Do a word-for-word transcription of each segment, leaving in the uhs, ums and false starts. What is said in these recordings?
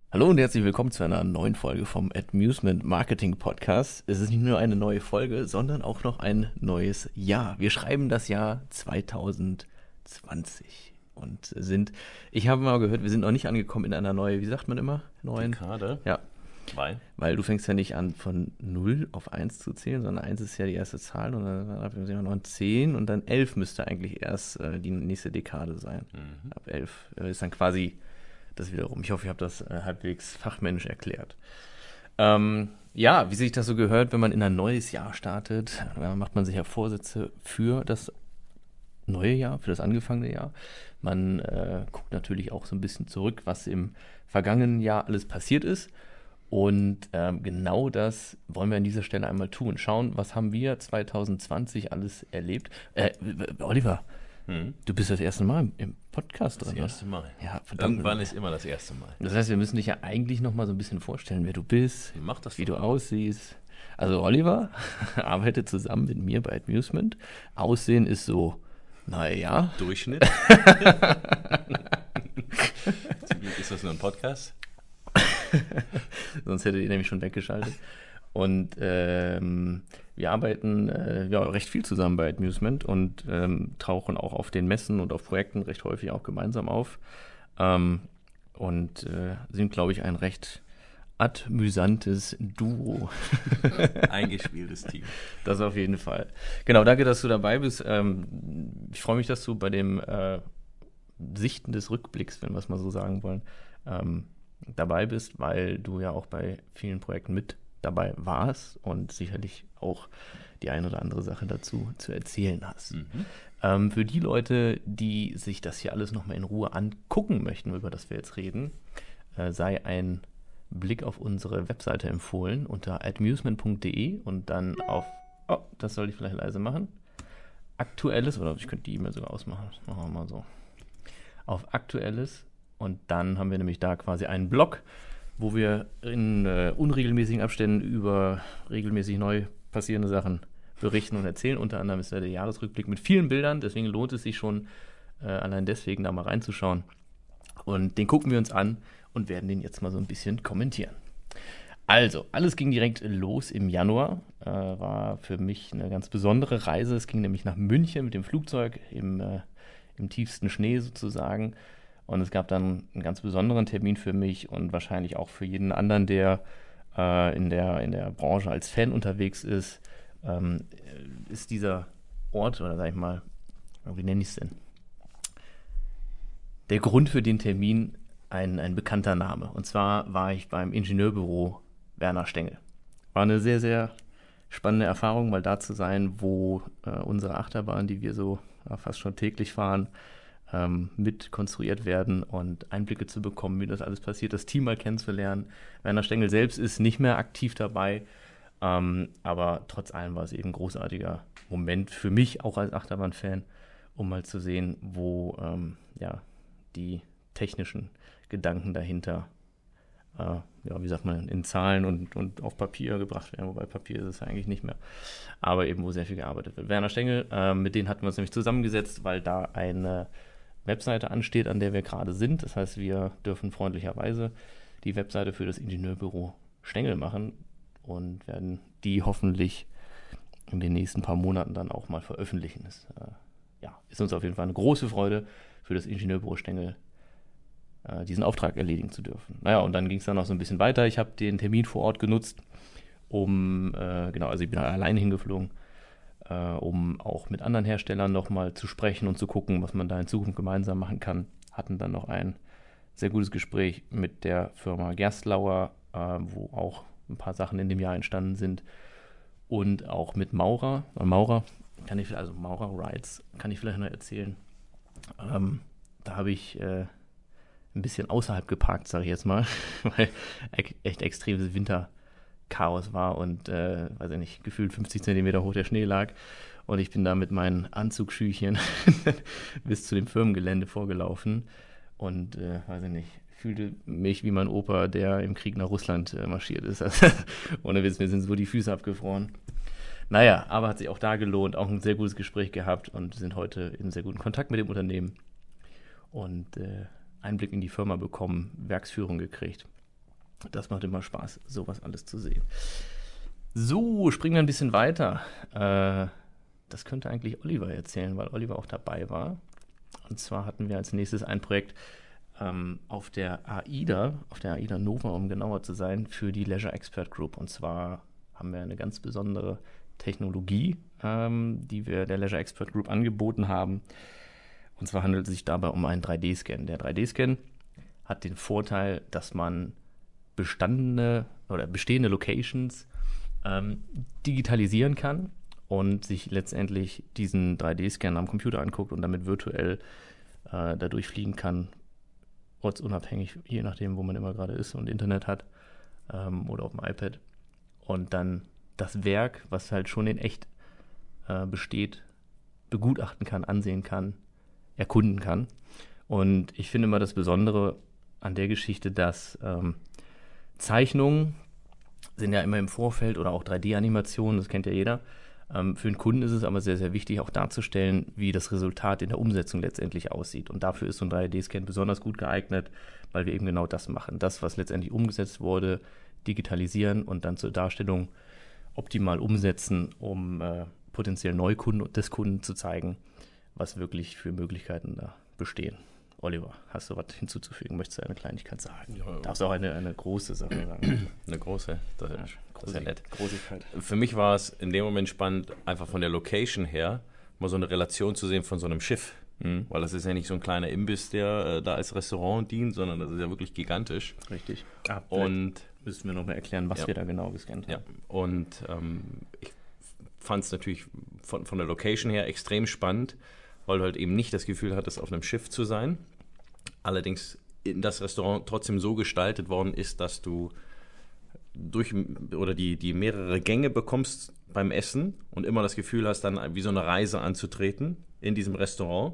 Hallo und herzlich willkommen zu einer neuen Folge vom Amusement Marketing Podcast. Es ist nicht nur eine neue Folge, sondern auch noch ein neues Jahr. Wir schreiben das Jahr zwanzig zwanzig und sind, ich habe mal gehört, wir sind noch nicht angekommen in einer neuen, wie sagt man immer? Neuen. Dekade? Ja, Weil? weil du fängst ja nicht an von null auf eins zu zählen, sondern eins ist ja die erste Zahl und dann sind wir neun, zehn und dann elf müsste eigentlich erst äh, die nächste Dekade sein. Mhm. Ab elf äh, ist dann quasi das wiederum. Ich hoffe, ich habe das äh, halbwegs fachmännisch erklärt. Ähm, ja, wie sich das so gehört, wenn man in ein neues Jahr startet, äh, macht man sich ja Vorsätze für das neue Jahr, für das angefangene Jahr. Man äh, guckt natürlich auch so ein bisschen zurück, was im vergangenen Jahr alles passiert ist. Und ähm, genau das wollen wir an dieser Stelle einmal tun. Schauen, was haben wir zwanzig zwanzig alles erlebt. Äh, Oliver, Hm. du bist das erste Mal im Podcast Das drin, erste Mal. Ja, verdammt. Irgendwann ist immer das erste Mal. Das heißt, wir müssen dich ja eigentlich noch mal so ein bisschen vorstellen, wer du bist, Wie macht das wie du doch? aussiehst. Also Oliver arbeitet zusammen mit mir bei Amusement. Aussehen ist so, naja. Durchschnitt? Zum Glück ist das nur ein Podcast. Sonst hättet ihr nämlich schon weggeschaltet. Und ähm, wir arbeiten äh, ja, recht viel zusammen bei Amusement und ähm, tauchen auch auf den Messen und auf Projekten recht häufig auch gemeinsam auf. Ähm, und äh, sind, glaube ich, ein recht amüsantes Duo. Eingespieltes Team. Das auf jeden Fall. Genau, danke, dass du dabei bist. Ähm, ich freue mich, dass du bei dem äh, Sichten des Rückblicks, wenn wir es mal so sagen wollen, ähm, dabei bist, weil du ja auch bei vielen Projekten mit dabei warst und sicherlich auch die eine oder andere Sache dazu zu erzählen hast. Mhm. Ähm, für die Leute, die sich das hier alles nochmal in Ruhe angucken möchten, über das wir jetzt reden, äh, sei ein Blick auf unsere Webseite empfohlen unter amusement punkt de und dann auf, oh, das soll ich vielleicht leise machen, aktuelles, oder ich könnte die E-Mail sogar ausmachen, das machen wir mal so, auf aktuelles und dann haben wir nämlich da quasi einen Blog, wo wir in äh, unregelmäßigen Abständen über regelmäßig neu passierende Sachen berichten und erzählen. Unter anderem ist da der Jahresrückblick mit vielen Bildern, deswegen lohnt es sich schon äh, allein deswegen da mal reinzuschauen. Und den gucken wir uns an und werden den jetzt mal so ein bisschen kommentieren. Also, alles ging direkt los im Januar. Äh, war für mich eine ganz besondere Reise. Es ging nämlich nach München mit dem Flugzeug im, äh, im tiefsten Schnee sozusagen. Und es gab dann einen ganz besonderen Termin für mich und wahrscheinlich auch für jeden anderen, der äh, in der, in der Branche als Fan unterwegs ist, ähm, ist dieser Ort, oder sag ich mal, wie nenne ich es denn? Der Grund für den Termin ein, ein bekannter Name. Und zwar war ich beim Ingenieurbüro Werner Stengel. War eine sehr, sehr spannende Erfahrung, mal da zu sein, wo äh, unsere Achterbahn, die wir so ja, fast schon täglich fahren, ähm, mit konstruiert werden und Einblicke zu bekommen, wie das alles passiert, das Team mal kennenzulernen. Werner Stengel selbst ist nicht mehr aktiv dabei, ähm, aber trotz allem war es eben ein großartiger Moment für mich, auch als Achterbahn-Fan, um mal zu sehen, wo ähm, ja, die technischen Gedanken dahinter, äh, ja, wie sagt man, in Zahlen und, und auf Papier gebracht werden, wobei Papier ist es ja eigentlich nicht mehr, aber eben, wo sehr viel gearbeitet wird. Werner Stengel, äh, mit denen hatten wir uns nämlich zusammengesetzt, weil da eine Webseite ansteht, an der wir gerade sind. Das heißt, wir dürfen freundlicherweise die Webseite für das Ingenieurbüro Stengel machen und werden die hoffentlich in den nächsten paar Monaten dann auch mal veröffentlichen. Das äh, ja, ist uns auf jeden Fall eine große Freude, für das Ingenieurbüro Stengel äh, diesen Auftrag erledigen zu dürfen. Naja, und dann ging es dann noch so ein bisschen weiter. Ich habe den Termin vor Ort genutzt, um, äh, genau, also ich bin alleine hingeflogen, äh, um auch mit anderen Herstellern nochmal zu sprechen und zu gucken, was man da in Zukunft gemeinsam machen kann. Hatten dann noch ein sehr gutes Gespräch mit der Firma Gerstlauer, äh, wo auch ein paar Sachen in dem Jahr entstanden sind. Und auch mit Maurer. Maurer kann ich, also Maurer Rides kann ich vielleicht noch erzählen. Ähm, da habe ich äh, ein bisschen außerhalb geparkt, sage ich jetzt mal, weil echt extremes Winterchaos war und, äh, weiß ich nicht, gefühlt fünfzig Zentimeter hoch der Schnee lag. Und ich bin da mit meinen Anzugschüchchen bis zu dem Firmengelände vorgelaufen und, äh, weiß ich nicht, fühlte mich wie mein Opa, der im Krieg nach Russland äh, marschiert ist. Also, ohne Witz, mir sind so die Füße abgefroren. Naja, aber hat sich auch da gelohnt, auch ein sehr gutes Gespräch gehabt und sind heute in sehr guten Kontakt mit dem Unternehmen und äh, Einblick in die Firma bekommen, Werksführung gekriegt. Das macht immer Spaß, sowas alles zu sehen. So, springen wir ein bisschen weiter. Äh, das könnte eigentlich Oliver erzählen, weil Oliver auch dabei war. Und zwar hatten wir als nächstes ein Projekt ähm, auf der AIDA, auf der AIDA Nova, um genauer zu sein, für die Leisure Expert Group. Und zwar haben wir eine ganz besondere Technologie, ähm, die wir der Leisure Expert Group angeboten haben. Und zwar handelt es sich dabei um einen drei D-Scan. Der drei D-Scan hat den Vorteil, dass man bestandene oder bestehende Locations ähm, digitalisieren kann und sich letztendlich diesen drei D-Scan am Computer anguckt und damit virtuell äh, dadurch fliegen kann, ortsunabhängig, je nachdem, wo man immer gerade ist und Internet hat ähm, oder auf dem iPad. Und dann das Werk, was halt schon in echt äh, besteht, begutachten kann, ansehen kann, erkunden kann. Und ich finde immer das Besondere an der Geschichte, dass ähm, Zeichnungen sind ja immer im Vorfeld oder auch drei D-Animationen, das kennt ja jeder. Ähm, für den Kunden ist es aber sehr, sehr wichtig, auch darzustellen, wie das Resultat in der Umsetzung letztendlich aussieht. Und dafür ist so ein drei D-Scan besonders gut geeignet, weil wir eben genau das machen. Das, was letztendlich umgesetzt wurde, digitalisieren und dann zur Darstellung optimal umsetzen, um äh, potenziell Neukunden des Kunden zu zeigen, was wirklich für Möglichkeiten da bestehen. Oliver, hast du was hinzuzufügen? Möchtest du eine Kleinigkeit sagen? Ja, darfst auch eine, eine große Sache sagen. Eine große, das, Ja, das ist ja nett. Großigkeit. Für mich war es in dem Moment spannend, einfach von der Location her mal so eine Relation zu sehen von so einem Schiff. Mhm. Weil das ist ja nicht so ein kleiner Imbiss, der äh, da als Restaurant dient, sondern das ist ja wirklich gigantisch. Richtig. Ah, und müssen wir nochmal erklären, was ja. wir da genau gescannt haben. Ja. Und ähm, ich fand es natürlich von, von der Location her extrem spannend, weil du halt eben nicht das Gefühl hattest, auf einem Schiff zu sein. Allerdings in das Restaurant trotzdem so gestaltet worden ist, dass du durch oder die, die mehrere Gänge bekommst beim Essen und immer das Gefühl hast, dann wie so eine Reise anzutreten in diesem Restaurant,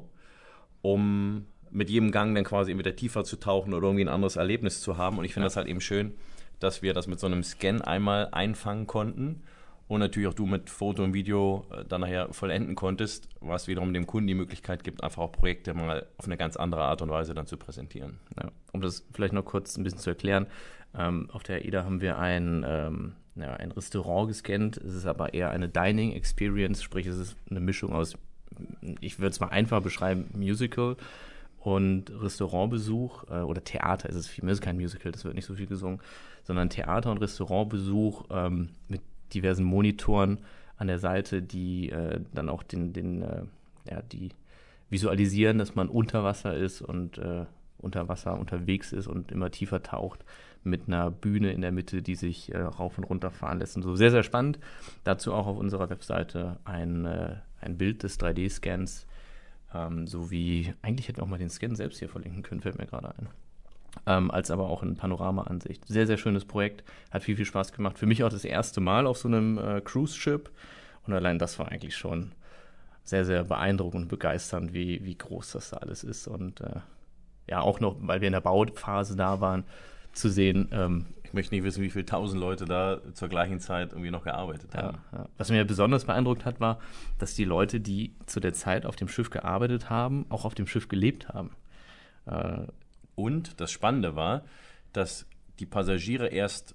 um mit jedem Gang dann quasi entweder tiefer zu tauchen oder irgendwie ein anderes Erlebnis zu haben. Und ich finde ja. das halt eben schön, dass wir das mit so einem Scan einmal einfangen konnten und natürlich auch du mit Foto und Video dann nachher vollenden konntest, was wiederum dem Kunden die Möglichkeit gibt, einfach auch Projekte mal auf eine ganz andere Art und Weise dann zu präsentieren. Ja, um das vielleicht noch kurz ein bisschen zu erklären, ähm, auf der AIDA haben wir ein, ähm, ja, ein Restaurant gescannt, es ist aber eher eine Dining Experience, sprich es ist eine Mischung aus, ich würde es mal einfach beschreiben, Musical und Restaurantbesuch äh, oder Theater ist es vielmehr, es ist kein Musical, das wird nicht so viel gesungen, sondern Theater- und Restaurantbesuch ähm, mit diversen Monitoren an der Seite, die äh, dann auch den, den äh, ja, die visualisieren, dass man unter Wasser ist und äh, unter Wasser unterwegs ist und immer tiefer taucht mit einer Bühne in der Mitte, die sich äh, rauf und runter fahren lässt und so. Sehr, sehr spannend. Dazu auch auf unserer Webseite ein, äh, ein Bild des drei D-Scans ähm, sowie, eigentlich hätten wir auch mal den Scan selbst hier verlinken können, fällt mir gerade ein. Ähm, als aber auch in Panorama-Ansicht. Sehr, sehr schönes Projekt, hat viel, viel Spaß gemacht. Für mich auch das erste Mal auf so einem äh, Cruise-Ship und allein das war eigentlich schon sehr, sehr beeindruckend und begeisternd, wie, wie groß das da alles ist und äh, ja, auch noch, weil wir in der Bauphase da waren, zu sehen. Ähm, ich möchte nicht wissen, wie viele tausend Leute da zur gleichen Zeit irgendwie noch gearbeitet haben. Ja, ja. Was mir besonders beeindruckt hat, war, dass die Leute, die zu der Zeit auf dem Schiff gearbeitet haben, auch auf dem Schiff gelebt haben. Äh, Und das Spannende war, dass die Passagiere erst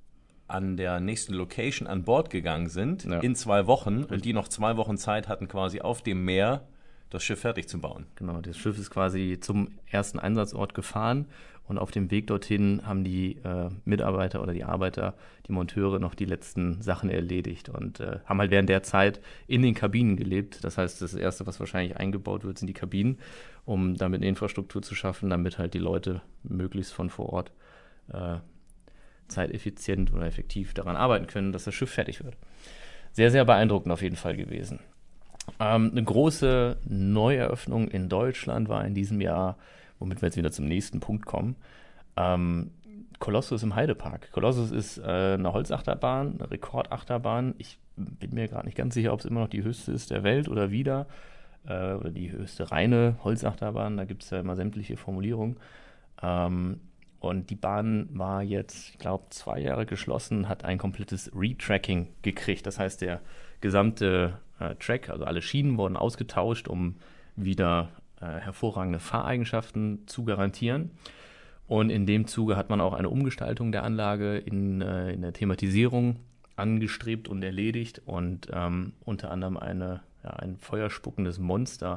an der nächsten Location an Bord gegangen sind, ja. in zwei Wochen, Richtig. Und die noch zwei Wochen Zeit hatten, quasi auf dem Meer das Schiff fertig zu bauen. Genau, das Schiff ist quasi zum ersten Einsatzort gefahren und auf dem Weg dorthin haben die äh, Mitarbeiter oder die Arbeiter, die Monteure noch die letzten Sachen erledigt und äh, haben halt während der Zeit in den Kabinen gelebt. Das heißt, das Erste, was wahrscheinlich eingebaut wird, sind die Kabinen, um damit eine Infrastruktur zu schaffen, damit halt die Leute möglichst von vor Ort äh, zeiteffizient oder effektiv daran arbeiten können, dass das Schiff fertig wird. Sehr, sehr beeindruckend auf jeden Fall gewesen. Ähm, eine große Neueröffnung in Deutschland war in diesem Jahr, womit wir jetzt wieder zum nächsten Punkt kommen, ähm, Colossus im Heidepark. Colossus ist äh, eine Holzachterbahn, eine Rekordachterbahn. Ich bin mir gerade nicht ganz sicher, ob es immer noch die höchste ist der Welt oder wieder, äh, oder die höchste reine Holzachterbahn. Da gibt es ja immer sämtliche Formulierungen. Ähm, und die Bahn war jetzt, ich glaube, zwei Jahre geschlossen, hat ein komplettes Retracking gekriegt. Das heißt, der gesamte äh, Track, also alle Schienen wurden ausgetauscht, um wieder äh, hervorragende Fahreigenschaften zu garantieren. Und in dem Zuge hat man auch eine Umgestaltung der Anlage in, äh, in der Thematisierung angestrebt und erledigt und ähm, unter anderem eine, ja, ein feuerspuckendes Monster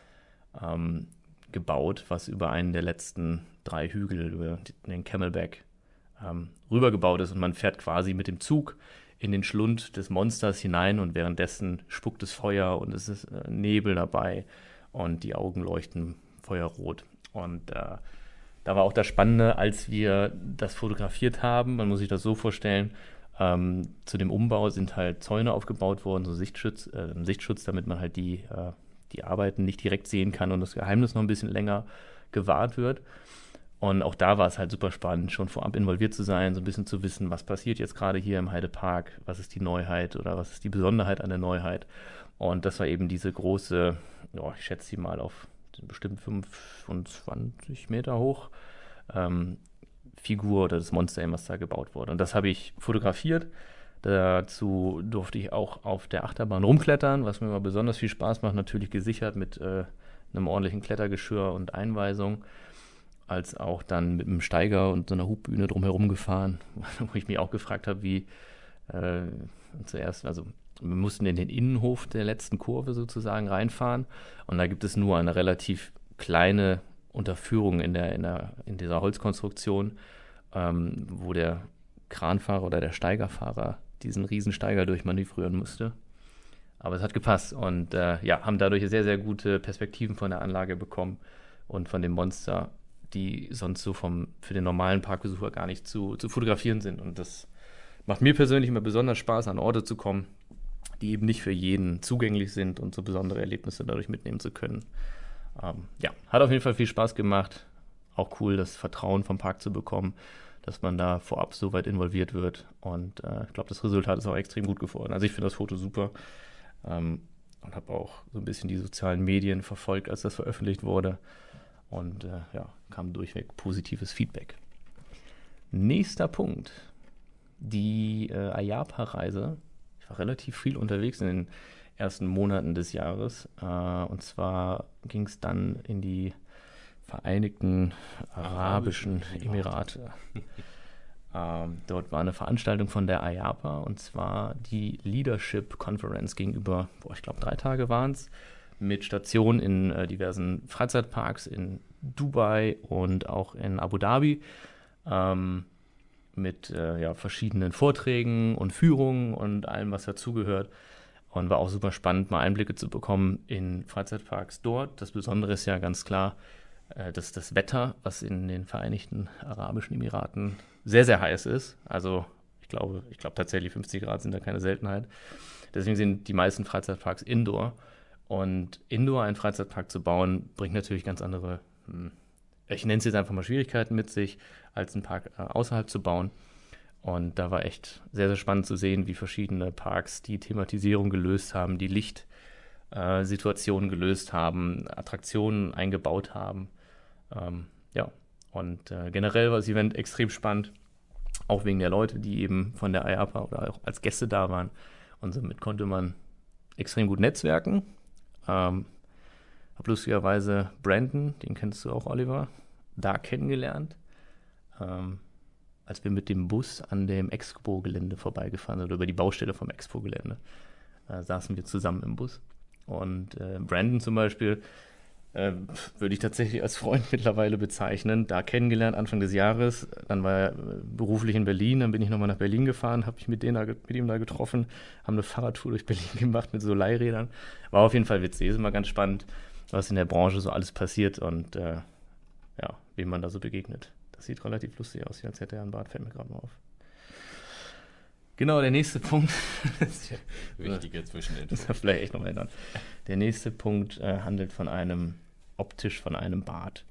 ähm, gebaut, was über einen der letzten drei Hügel, über den Camelback, ähm, rübergebaut ist. Und man fährt quasi mit dem Zug in den Schlund des Monsters hinein und währenddessen spuckt es Feuer und es ist äh, Nebel dabei und die Augen leuchten feuerrot. Und äh, da war auch das Spannende, als wir das fotografiert haben, man muss sich das so vorstellen, ähm, zu dem Umbau sind halt Zäune aufgebaut worden, so Sichtschutz, äh, Sichtschutz, damit man halt die, äh, die Arbeiten nicht direkt sehen kann und das Geheimnis noch ein bisschen länger gewahrt wird. Und auch da war es halt super spannend, schon vorab involviert zu sein, so ein bisschen zu wissen, was passiert jetzt gerade hier im Heidepark, was ist die Neuheit oder was ist die Besonderheit an der Neuheit. Und das war eben diese große, ja, ich schätze sie mal auf bestimmt fünfundzwanzig Meter hoch, ähm, Figur oder das Monster, was da gebaut wurde. Und das habe ich fotografiert. Dazu durfte ich auch auf der Achterbahn rumklettern, was mir immer besonders viel Spaß macht, natürlich gesichert mit äh, einem ordentlichen Klettergeschirr und Einweisung, als auch dann mit einem Steiger und so einer Hubbühne drumherum gefahren, wo ich mich auch gefragt habe, wie äh, zuerst, also wir mussten in den Innenhof der letzten Kurve sozusagen reinfahren und da gibt es nur eine relativ kleine Unterführung in, der, in, der, in dieser Holzkonstruktion, ähm, wo der Kranfahrer oder der Steigerfahrer diesen Riesensteiger durchmanövrieren musste. Aber es hat gepasst und äh, ja, haben dadurch sehr, sehr gute Perspektiven von der Anlage bekommen und von dem Monster, die sonst so vom, für den normalen Parkbesucher gar nicht zu, zu fotografieren sind. Und das macht mir persönlich immer besonders Spaß, an Orte zu kommen, die eben nicht für jeden zugänglich sind und so besondere Erlebnisse dadurch mitnehmen zu können. Ähm, ja, hat auf jeden Fall viel Spaß gemacht. Auch cool, das Vertrauen vom Park zu bekommen, dass man da vorab so weit involviert wird. Und äh, ich glaube, das Resultat ist auch extrem gut geworden. Also ich finde das Foto super ähm, und habe auch so ein bisschen die sozialen Medien verfolgt, als das veröffentlicht wurde. Und äh, ja, kam durchweg positives Feedback. Nächster Punkt. Die äh, Ayapa-Reise. Ich war relativ viel unterwegs in den ersten Monaten des Jahres. Äh, und zwar ging es dann in die Vereinigten Arabischen Emirate. ähm, dort war eine Veranstaltung von der Ayapa und zwar die Leadership Conference gegenüber, boah, ich glaube drei Tage waren es, mit Stationen in äh, diversen Freizeitparks in Dubai und auch in Abu Dhabi, ähm, mit äh, ja, verschiedenen Vorträgen und Führungen und allem, was dazugehört. Und war auch super spannend, mal Einblicke zu bekommen in Freizeitparks dort. Das Besondere ist ja ganz klar, äh, dass das Wetter, was in den Vereinigten Arabischen Emiraten sehr, sehr heiß ist. Also ich glaube, ich glaube tatsächlich fünfzig Grad sind da keine Seltenheit. Deswegen sind die meisten Freizeitparks Indoor. Und Indoor einen Freizeitpark zu bauen, bringt natürlich ganz andere, ich nenne es jetzt einfach mal Schwierigkeiten mit sich, als einen Park außerhalb zu bauen. Und da war echt sehr, sehr spannend zu sehen, wie verschiedene Parks die Thematisierung gelöst haben, die Lichtsituationen äh, gelöst haben, Attraktionen eingebaut haben. Ähm, ja, und äh, generell war das Event extrem spannend, auch wegen der Leute, die eben von der Ayapa oder auch als Gäste da waren. Und somit konnte man extrem gut netzwerken. Ähm, habe lustigerweise Brandon, den kennst du auch, Oliver, da kennengelernt, ähm, als wir mit dem Bus an dem Expo-Gelände vorbeigefahren sind, oder über die Baustelle vom Expo-Gelände, äh, saßen wir zusammen im Bus. Und äh, Brandon zum Beispiel äh, würde ich tatsächlich als Freund mittlerweile bezeichnen, da kennengelernt Anfang des Jahres, dann war er beruflich in Berlin, dann bin ich nochmal nach Berlin gefahren, habe mich mit, denen da, mit ihm da getroffen, haben eine Fahrradtour durch Berlin gemacht mit so Leihrädern. War auf jeden Fall witzig, ist immer ganz spannend, was in der Branche so alles passiert und äh, ja, wem man da so begegnet. Das sieht relativ lustig aus, als hätte er einen Bart, fällt mir gerade mal auf. Genau, der nächste Punkt. Wichtiger Zwischenintro. Das darf vielleicht echt noch ändern. Der nächste Punkt äh, handelt von einem, optisch von einem Bad.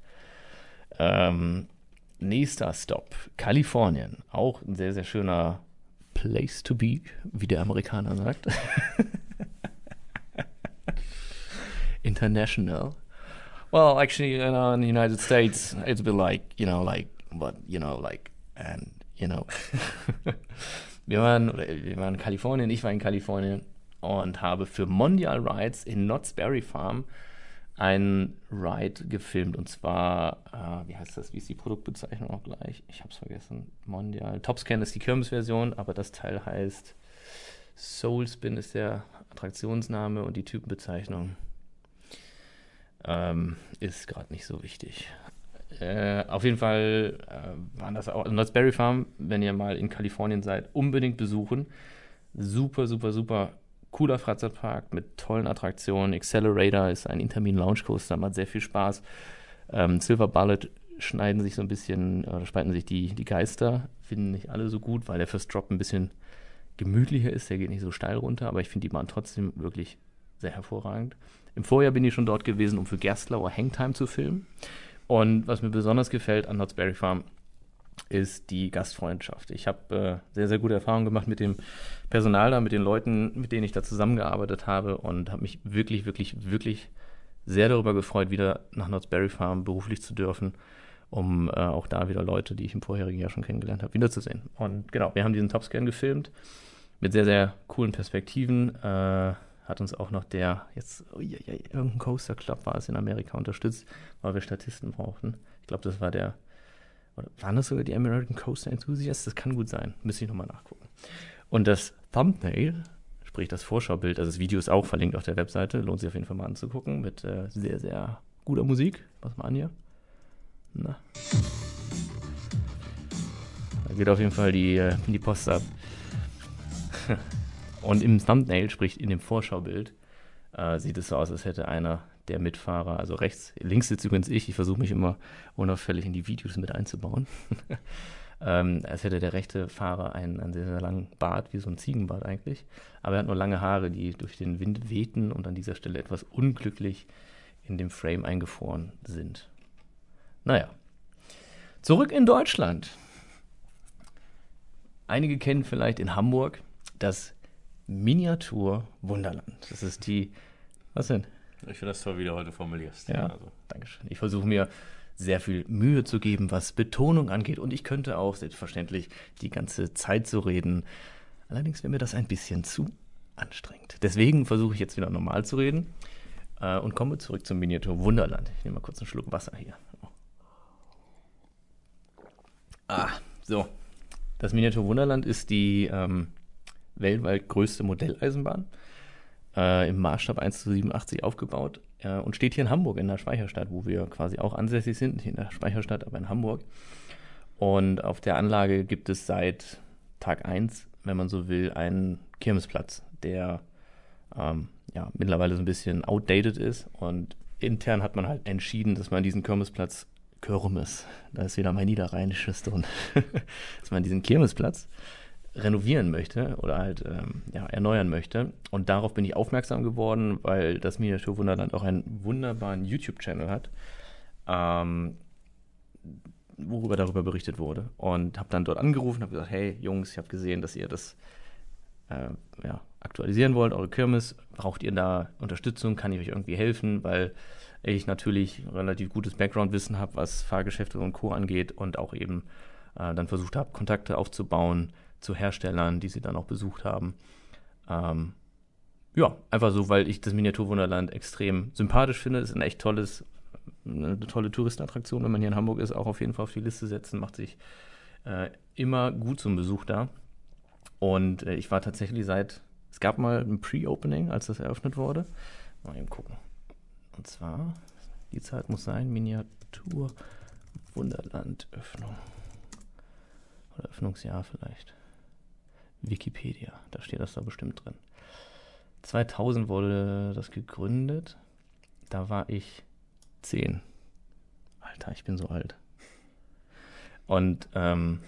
Ähm, nächster Stop, Kalifornien. Auch ein sehr, sehr schöner Place to be, wie der Amerikaner sagt. International. Well, actually, you know, in the United States, it's a bit like, you know, like, but, you know, like, and, you know. Wir waren, oder wir waren in Kalifornien, ich war in Kalifornien und habe für Mondial Rides in Knott's Berry Farm einen Ride gefilmt und zwar, äh, wie heißt das, wie ist die Produktbezeichnung auch gleich? Ich hab's vergessen. Mondial. Topscan ist die Kirmes-Version, aber das Teil heißt Soulspin ist der Attraktionsname und die Typenbezeichnung ähm, ist gerade nicht so wichtig. Äh, auf jeden Fall äh, waren das auch Knott's Berry Farm, wenn ihr mal in Kalifornien seid, unbedingt besuchen. Super, super, super cooler Freizeitpark mit tollen Attraktionen. Accelerator ist ein Intermin Lounge Coaster, macht sehr viel Spaß. Ähm, Silver Bullet schneiden sich so ein bisschen, oder spalten sich die, die Geister, finden nicht alle so gut, weil der First Drop ein bisschen gemütlicher ist, der geht nicht so steil runter, aber ich finde die Bahn trotzdem wirklich sehr hervorragend. Im Vorjahr bin ich schon dort gewesen, um für Gerstlauer Hangtime zu filmen. Und was mir besonders gefällt an Knott's Berry Farm ist die Gastfreundschaft. Ich habe äh, sehr, sehr gute Erfahrungen gemacht mit dem Personal da, mit den Leuten, mit denen ich da zusammengearbeitet habe und habe mich wirklich, wirklich, wirklich sehr darüber gefreut, wieder nach Knott's Berry Farm beruflich zu dürfen, um äh, auch da wieder Leute, die ich im vorherigen Jahr schon kennengelernt habe, wiederzusehen. Und genau, wir haben diesen Topscan gefilmt mit sehr, sehr coolen Perspektiven. Äh, hat uns auch noch der, jetzt, oh, ja, ja, irgendein Coaster Club war es in Amerika unterstützt, weil wir Statisten brauchten. Ich glaube, das war der, oder waren das sogar die American Coaster Enthusiasts? Das kann gut sein. Müsste ich nochmal nachgucken. Und das Thumbnail, sprich das Vorschaubild, also das Video ist auch verlinkt auf der Webseite, lohnt sich auf jeden Fall mal anzugucken, mit äh, sehr, sehr guter Musik. Was mal an hier? Na. Da geht auf jeden Fall die, äh, die Post ab. Und im Thumbnail, sprich in dem Vorschaubild, äh, sieht es so aus, als hätte einer der Mitfahrer, also rechts, links sitzt übrigens ich, ich versuche mich immer unauffällig in die Videos mit einzubauen, ähm, als hätte der rechte Fahrer einen, einen sehr, sehr langen Bart, wie so ein Ziegenbart eigentlich, aber er hat nur lange Haare, die durch den Wind wehten und an dieser Stelle etwas unglücklich in dem Frame eingefroren sind. Naja, zurück in Deutschland. Einige kennen vielleicht in Hamburg das Miniatur Wunderland. Das ist die, was denn? Ich finde das toll, wie du heute formulierst. Ja, also. Dankeschön. Ich versuche mir sehr viel Mühe zu geben, was Betonung angeht. Und ich könnte auch selbstverständlich die ganze Zeit so reden. Allerdings wäre mir das ein bisschen zu anstrengend. Deswegen versuche ich jetzt wieder normal zu reden äh, und komme zurück zum Miniatur Wunderland. Ich nehme mal kurz einen Schluck Wasser hier. Ah, so. Das Miniatur Wunderland ist die ähm, weltweit größte Modelleisenbahn. Äh, im Maßstab eins zu siebenundachtzig aufgebaut äh, und steht hier in Hamburg in der Speicherstadt, wo wir quasi auch ansässig sind, nicht in der Speicherstadt, aber in Hamburg. Und auf der Anlage gibt es seit Tag eins, wenn man so will, einen Kirmesplatz, der ähm, ja, mittlerweile so ein bisschen outdated ist und intern hat man halt entschieden, dass man diesen Kirmesplatz, Kirmes, da ist wieder mein Niederrheinisches drin, dass man diesen Kirmesplatz renovieren möchte oder halt ähm, ja, erneuern möchte. Und darauf bin ich aufmerksam geworden, weil das Miniatur Wunderland auch einen wunderbaren YouTube-Channel hat, ähm, worüber darüber berichtet wurde. Und habe dann dort angerufen, habe gesagt, hey Jungs, ich habe gesehen, dass ihr das äh, ja, aktualisieren wollt, eure Kirmes. Braucht ihr da Unterstützung? Kann ich euch irgendwie helfen? Weil ich natürlich relativ gutes Background-Wissen habe, was Fahrgeschäfte und Co. angeht und auch eben äh, dann versucht habe, Kontakte aufzubauen zu Herstellern, die sie dann auch besucht haben. Ähm, ja, einfach so, weil ich das Miniaturwunderland extrem sympathisch finde. Es ist ein echt tolles, eine tolle Touristenattraktion, wenn man hier in Hamburg ist, auch auf jeden Fall auf die Liste setzen, macht sich äh, immer gut zum Besuch da. Und äh, ich war tatsächlich seit, es gab mal ein Pre-Opening, als das eröffnet wurde. Mal eben gucken. Und zwar, die Zeit muss sein, Miniaturwunderland-Öffnung. Oder Öffnungsjahr vielleicht. Wikipedia, da steht das da bestimmt drin. zweitausend wurde das gegründet. Da war ich zehn. Alter, ich bin so alt. Und ähm,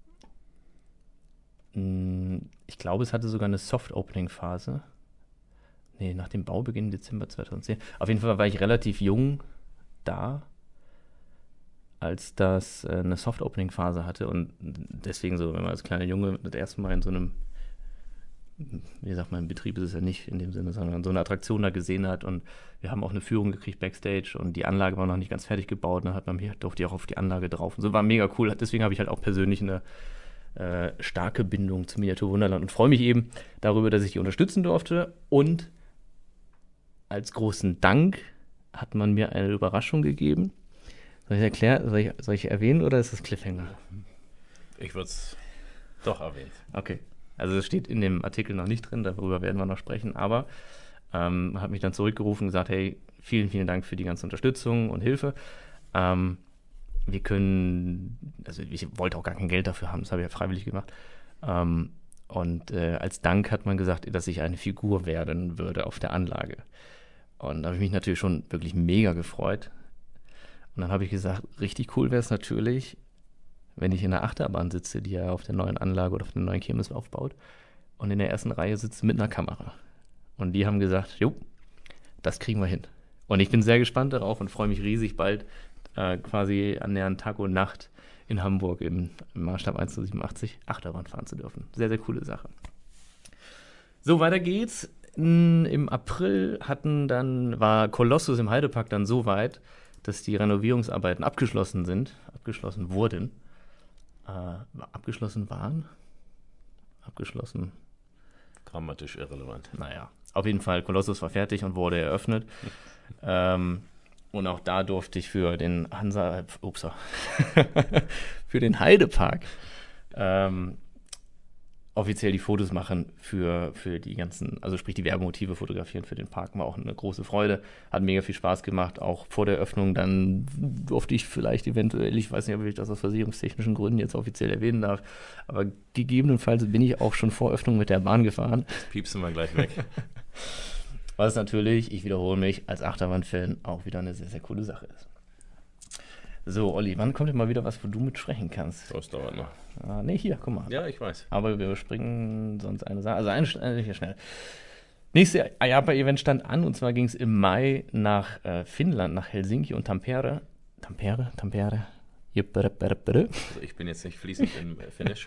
ich glaube, es hatte sogar eine Soft-Opening-Phase. Nee, nach dem Baubeginn Dezember zweitausendzehn. Auf jeden Fall war ich relativ jung da, als das äh, eine Soft-Opening-Phase hatte und deswegen so, wenn man als kleiner Junge das erste Mal in so einem, wie sagt man, Betrieb ist es ja nicht in dem Sinne, sondern so eine Attraktion da gesehen hat und wir haben auch eine Führung gekriegt Backstage und die Anlage war noch nicht ganz fertig gebaut, dann hat man mir, durfte ich auch auf die Anlage drauf und so, war mega cool, deswegen habe ich halt auch persönlich eine äh, starke Bindung zum Miniatur Wunderland und freue mich eben darüber, dass ich die unterstützen durfte und als großen Dank hat man mir eine Überraschung gegeben. Soll ich erklären, soll ich, soll ich erwähnen oder ist das Cliffhanger? Ich würde es doch erwähnen. Okay, also es steht in dem Artikel noch nicht drin, darüber werden wir noch sprechen, aber ähm, hat mich dann zurückgerufen und gesagt, hey, vielen, vielen Dank für die ganze Unterstützung und Hilfe. Ähm, wir können, also ich wollte auch gar kein Geld dafür haben, das habe ich ja freiwillig gemacht. Ähm, und äh, als Dank hat man gesagt, dass ich eine Figur werden würde auf der Anlage. Und da habe ich mich natürlich schon wirklich mega gefreut. Und dann habe ich gesagt, richtig cool wäre es natürlich, wenn ich in der Achterbahn sitze, die er auf der neuen Anlage oder auf der neuen Kirmes aufbaut und in der ersten Reihe sitze mit einer Kamera. Und die haben gesagt, jo, das kriegen wir hin. Und ich bin sehr gespannt darauf und freue mich riesig, bald äh, quasi annähernd Tag und Nacht in Hamburg im, im Maßstab eins zu siebenundachtzig Achterbahn fahren zu dürfen. Sehr, sehr coole Sache. So, weiter geht's. Im April hatten dann, war Kolossus im Heidepark dann so weit, dass die Renovierungsarbeiten abgeschlossen sind, abgeschlossen wurden. Äh, abgeschlossen waren? Abgeschlossen. Grammatisch irrelevant. Naja, auf jeden Fall, Kolossus war fertig und wurde eröffnet. ähm, und auch da durfte ich für den Hansa, ups, für den Heidepark ähm, offiziell die Fotos machen für, für die ganzen, also sprich die Werbemotive fotografieren für den Park, war auch eine große Freude, hat mega viel Spaß gemacht, auch vor der Öffnung, dann durfte ich vielleicht eventuell, ich weiß nicht, ob ich das aus versicherungstechnischen Gründen jetzt offiziell erwähnen darf, aber gegebenenfalls bin ich auch schon vor Öffnung mit der Bahn gefahren. Das piepsen wir gleich weg. Was natürlich, ich wiederhole mich, als Achterbahn-Fan auch wieder eine sehr, sehr coole Sache ist. So, Olli, wann kommt denn mal wieder was, wo du mitsprechen kannst? Das dauert noch. Ah, nee, hier, guck mal. Ja, ich weiß. Aber wir überspringen sonst eine Sache. Also eine, eine hier schnell. Nächste I A P A-Event stand an und zwar ging es im Mai nach äh, Finnland, nach Helsinki und Tampere. Tampere? Tampere? Also ich bin jetzt nicht fließend in Finnisch.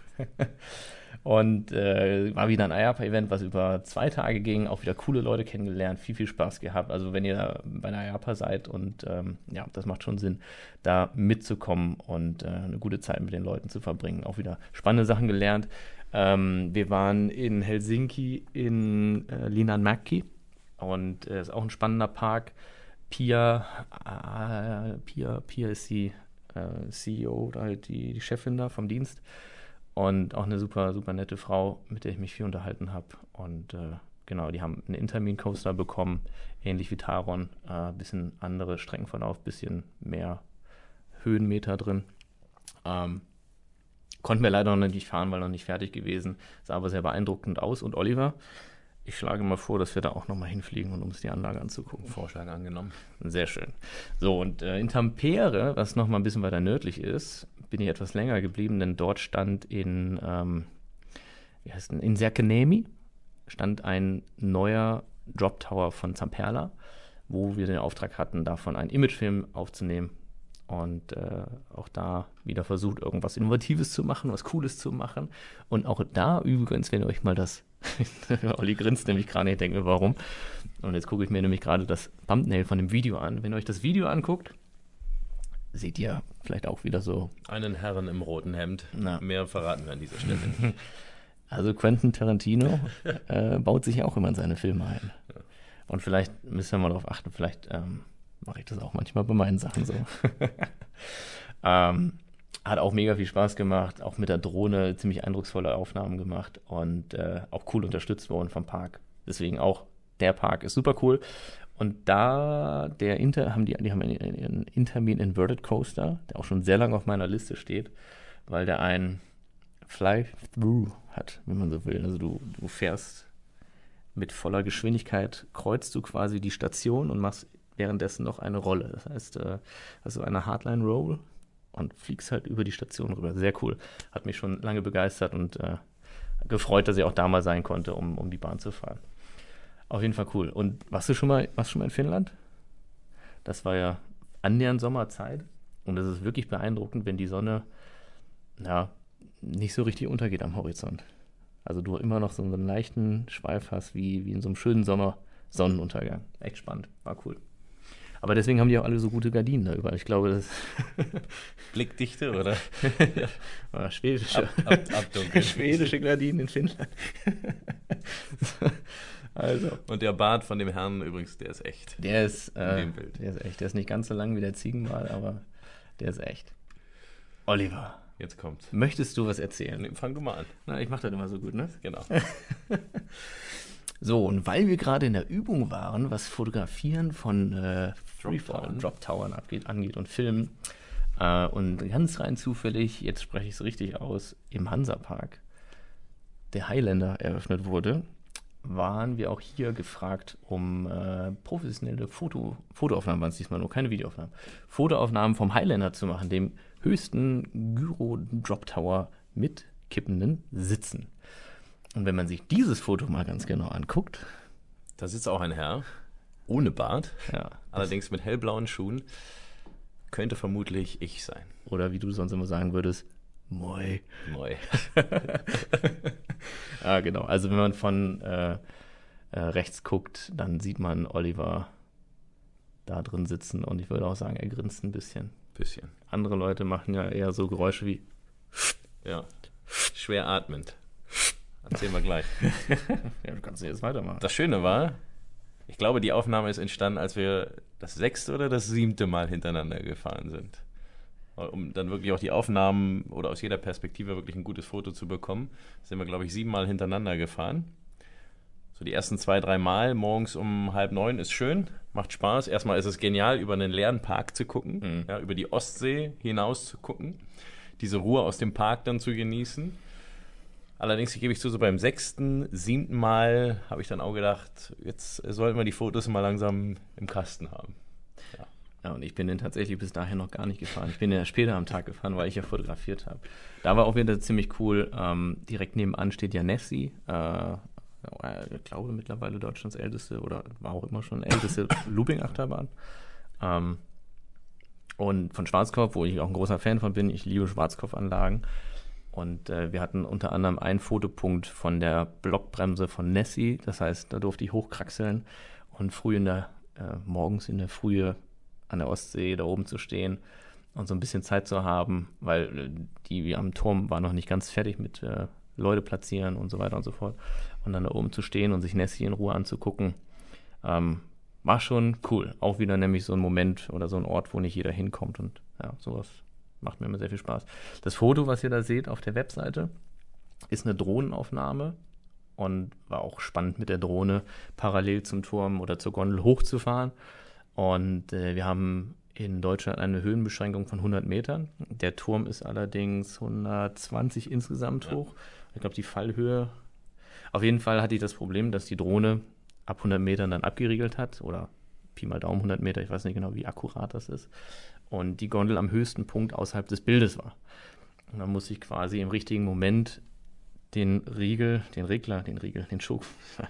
Und äh, war wieder ein I A P A-Event, was über zwei Tage ging. Auch wieder coole Leute kennengelernt, viel, viel Spaß gehabt. Also wenn ihr bei einer I A P A seid und ähm, ja, das macht schon Sinn, da mitzukommen und äh, eine gute Zeit mit den Leuten zu verbringen. Auch wieder spannende Sachen gelernt. Ähm, wir waren in Helsinki in äh, Linnanmäki und es äh, ist auch ein spannender Park. Pia, äh, Pia, Pia ist die äh, C E O oder halt die, die Chefin da vom Dienst. Und auch eine super, super nette Frau, mit der ich mich viel unterhalten habe. Und äh, genau, die haben einen Intermin-Coaster bekommen, ähnlich wie Taron. Ein äh, bisschen andere Streckenverlauf, bisschen mehr Höhenmeter drin. Ähm, konnten wir leider noch nicht fahren, weil noch nicht fertig gewesen. Sah aber sehr beeindruckend aus. Und Oliver, ich schlage mal vor, dass wir da auch nochmal hinfliegen, und um uns die Anlage anzugucken. Vorschlag angenommen. Sehr schön. So, und äh, in Tampere, was nochmal ein bisschen weiter nördlich ist, bin ich etwas länger geblieben, denn dort stand in, ähm, wie heißt denn, in Serkenämi stand ein neuer Drop Tower von Zamperla, wo wir den Auftrag hatten, davon einen Imagefilm aufzunehmen und äh, auch da wieder versucht, irgendwas Innovatives zu machen, was Cooles zu machen. Und auch da übrigens, wenn ihr euch mal das Olli grinst nämlich gerade, ich denke mir, warum? Und jetzt gucke ich mir nämlich gerade das Thumbnail von dem Video an. Wenn ihr euch das Video anguckt, seht ihr vielleicht auch wieder so einen Herrn im roten Hemd. Na. Mehr verraten wir an dieser Stelle nicht. Also Quentin Tarantino äh, baut sich ja auch immer in seine Filme ein. Ja. Und vielleicht müssen wir mal darauf achten, vielleicht ähm, mache ich das auch manchmal bei meinen Sachen so. ähm, Hat auch mega viel Spaß gemacht, auch mit der Drohne ziemlich eindrucksvolle Aufnahmen gemacht und äh, auch cool unterstützt worden vom Park. Deswegen auch, der Park ist super cool. Und da, der Inter, haben die, die haben einen, einen Intermin Inverted Coaster, der auch schon sehr lange auf meiner Liste steht, weil der einen Fly-Through hat, wenn man so will. Also du, du fährst mit voller Geschwindigkeit, kreuzt du quasi die Station und machst währenddessen noch eine Rolle. Das heißt, äh, also eine Hardline-Roll und fliegst halt über die Station rüber. Sehr cool. Hat mich schon lange begeistert und äh, gefreut, dass ich auch da mal sein konnte, um, um die Bahn zu fahren. Auf jeden Fall cool. Und warst du schon mal, warst du schon mal in Finnland? Das war ja annähernd Sommerzeit und es ist wirklich beeindruckend, wenn die Sonne ja, nicht so richtig untergeht am Horizont. Also du immer noch so einen leichten Schweif hast, wie, wie in so einem schönen Sommer Sonnenuntergang. Echt spannend. War cool. Aber deswegen haben die auch alle so gute Gardinen da überall. Ich glaube, das Blickdichte, oder? ja, schwedische. Ab, ab, abdunkeln. Schwedische Gardinen in Finnland. Also. Und der Bart von dem Herrn übrigens, der ist echt. Der ist, äh, dem Bild. der ist echt. Der ist nicht ganz so lang wie der Ziegenbart, aber der ist echt. Oliver, Jetzt kommt's. möchtest du was erzählen? Nee, fang du mal an. Na, ich mach das immer so gut, ne? Genau. So, und weil wir gerade in der Übung waren, was Fotografieren von äh, Freefall, Drop-Towern abgeht, angeht und Filmen, äh, und ganz rein zufällig, jetzt spreche ich es richtig aus, im Hansapark der Highlander eröffnet wurde, waren wir auch hier gefragt, um äh, professionelle Foto, Fotoaufnahmen, waren es diesmal nur, keine Videoaufnahmen, Fotoaufnahmen vom Highlander zu machen, dem höchsten Gyro-Drop-Tower mit kippenden Sitzen. Und wenn man sich dieses Foto mal ganz genau anguckt, Da sitzt auch ein Herr, ohne Bart, ja, allerdings mit hellblauen Schuhen, könnte vermutlich ich sein. oder wie du sonst immer sagen würdest, moi. Neu. Ja, genau. Also wenn man von äh, äh, rechts guckt, dann sieht man Oliver da drin sitzen und ich würde auch sagen, er grinst ein bisschen. Bisschen. Andere Leute machen ja eher so Geräusche wie Ja. Schwer atmend. Erzählen wir gleich. ja, du kannst ja jetzt weitermachen. Das Schöne war, ich glaube, die Aufnahme ist entstanden, als wir das sechste oder das siebte Mal hintereinander gefahren sind. Um dann wirklich auch die Aufnahmen oder aus jeder Perspektive wirklich ein gutes Foto zu bekommen, sind wir, glaube ich, siebenmal hintereinander gefahren. So die ersten zwei, drei Mal morgens um halb neun ist schön, macht Spaß. Erstmal ist es genial, über einen leeren Park zu gucken, Mhm. ja, über die Ostsee hinaus zu gucken, diese Ruhe aus dem Park dann zu genießen. Allerdings gebe ich zu, so beim sechsten, siebten Mal habe ich dann auch gedacht, jetzt sollten wir die Fotos mal langsam im Kasten haben. Ja, und ich bin den tatsächlich bis dahin noch gar nicht gefahren. Ich bin den ja später am Tag gefahren, weil ich ja fotografiert habe. Da war auch wieder ziemlich cool. Ähm, direkt nebenan steht ja Nessie. Äh, ich glaube mittlerweile Deutschlands älteste oder war auch immer schon älteste Looping-Achterbahn. Ähm, und von Schwarzkopf, wo ich auch ein großer Fan von bin. Ich liebe Schwarzkopfanlagen. Und äh, wir hatten unter anderem einen Fotopunkt von der Blockbremse von Nessie. Das heißt, da durfte ich hochkraxeln und früh in der, äh, morgens in der Frühe an der Ostsee da oben zu stehen und so ein bisschen Zeit zu haben, weil äh, die am Turm war noch nicht ganz fertig mit äh, Leute platzieren und so weiter und so fort. Und dann da oben zu stehen und sich Nessie in Ruhe anzugucken, ähm, war schon cool. Auch wieder nämlich so ein Moment oder so ein Ort, wo nicht jeder hinkommt und ja, sowas macht mir immer sehr viel Spaß. Das Foto, was ihr da seht auf der Webseite, ist eine Drohnenaufnahme und war auch spannend mit der Drohne parallel zum Turm oder zur Gondel hochzufahren. Und äh, wir haben in Deutschland eine Höhenbeschränkung von hundert Metern. Der Turm ist allerdings hundertzwanzig insgesamt hoch. Ja. Ich glaube, die Fallhöhe. Auf jeden Fall hatte ich das Problem, dass die Drohne ab hundert Metern dann abgeriegelt hat. Oder Pi mal Daumen hundert Meter, ich weiß nicht genau, wie akkurat das ist. Und die Gondel am höchsten Punkt außerhalb des Bildes war. Und dann musste ich quasi im richtigen Moment den Riegel, den Regler, den Riegel, den Schuh,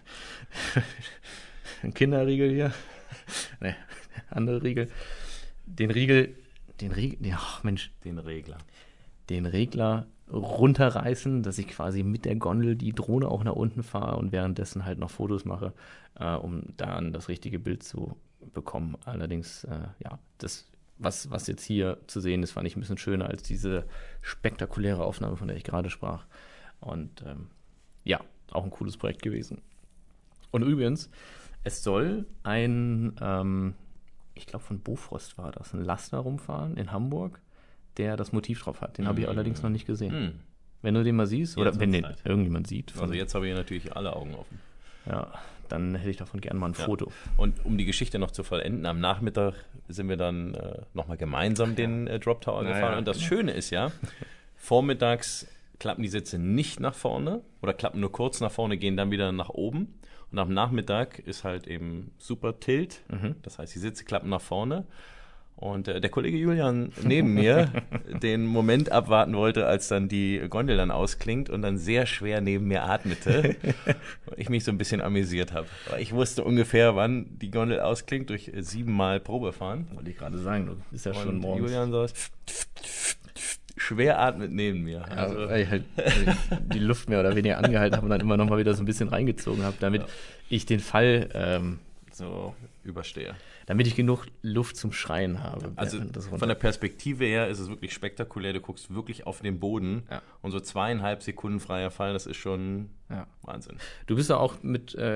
den Kinderriegel hier, ne, andere Riegel, den Riegel, den Riegel, ach Mensch, Den Regler. den Regler runterreißen, dass ich quasi mit der Gondel die Drohne auch nach unten fahre und währenddessen halt noch Fotos mache, äh, um dann das richtige Bild zu bekommen. Allerdings, äh, ja, das, was, was jetzt hier zu sehen ist, fand ich ein bisschen schöner als diese spektakuläre Aufnahme, von der ich gerade sprach. Und ähm, ja, auch ein cooles Projekt gewesen. Und übrigens, es soll ein, ähm, ich glaube von Bofrost war das, ein Laster rumfahren in Hamburg, der das Motiv drauf hat. Den habe ich Mm. allerdings noch nicht gesehen. Mm. Wenn du den mal siehst, oder Jetzt wenn wird's den Zeit. irgendjemand sieht, von, Also jetzt habe ich natürlich alle Augen offen. ja, dann hätte ich davon gerne mal ein Ja. Foto. Und um die Geschichte noch zu vollenden, am Nachmittag sind wir dann äh, nochmal gemeinsam den äh, Drop Tower Na gefahren. ja, Und das genau. Schöne ist ja, vormittags klappen die Sitze nicht nach vorne oder klappen nur kurz nach vorne, gehen dann wieder nach oben. Und am Nachmittag ist halt eben super Tilt. Mhm. Das heißt, die Sitze klappen nach vorne. Und äh, der Kollege Julian neben mir den Moment abwarten wollte, als dann die Gondel dann ausklingt und dann sehr schwer neben mir atmete. Und ich mich so ein bisschen amüsiert habe. Aber ich wusste ungefähr, wann die Gondel ausklingt, durch äh, siebenmal Probefahren. Wollte ich gerade sagen, du bist ja schon Und morgens. Julian saß schwer atmend neben mir. Ja, Also, weil ich halt die Luft mehr oder weniger angehalten habe und dann immer noch mal wieder so ein bisschen reingezogen habe, damit Ja. ich den Fall ähm, so, überstehe. damit ich genug Luft zum Schreien habe. Also während das von runter- der Perspektive her ist es wirklich spektakulär. Du guckst wirklich auf den Boden Ja. und so zweieinhalb Sekunden freier Fall, das ist schon ja. Wahnsinn. Du bist ja auch mit äh,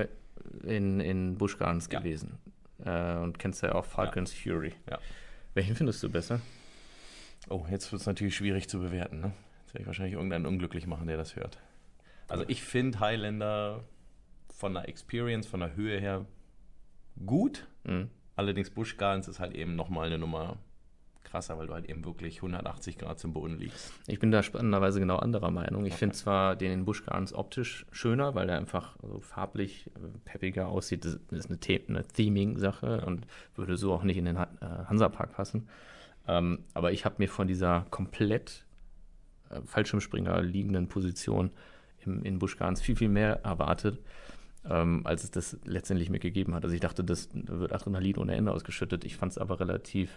in, in Busch Gardens Ja. gewesen. Äh, und kennst ja auch Falcons Fury. Ja. Welchen findest du besser? Oh, jetzt wird es natürlich schwierig zu bewerten. Ne? Jetzt werde ich wahrscheinlich irgendeinen unglücklich machen, der das hört. Also ich finde Highlander von der Experience, von der Höhe her gut. Mhm. Allerdings Busch Gardens ist halt eben nochmal eine Nummer krasser, weil du halt eben wirklich hundertachtzig Grad zum Boden liegst. Ich bin da spannenderweise genau anderer Meinung. Ich finde zwar den in Busch Gardens optisch schöner, weil der einfach so farblich äh, peppiger aussieht. Das ist eine, The- eine Theming-Sache und würde so auch nicht in den Ha- äh, Hansapark passen. Ähm, aber ich habe mir von dieser komplett äh, Fallschirmspringer liegenden Position im, in Busch Gardens viel, viel mehr erwartet, ähm, als es das letztendlich mir gegeben hat. Also ich dachte, das wird Adrenalin ohne Ende ausgeschüttet. Ich fand es aber relativ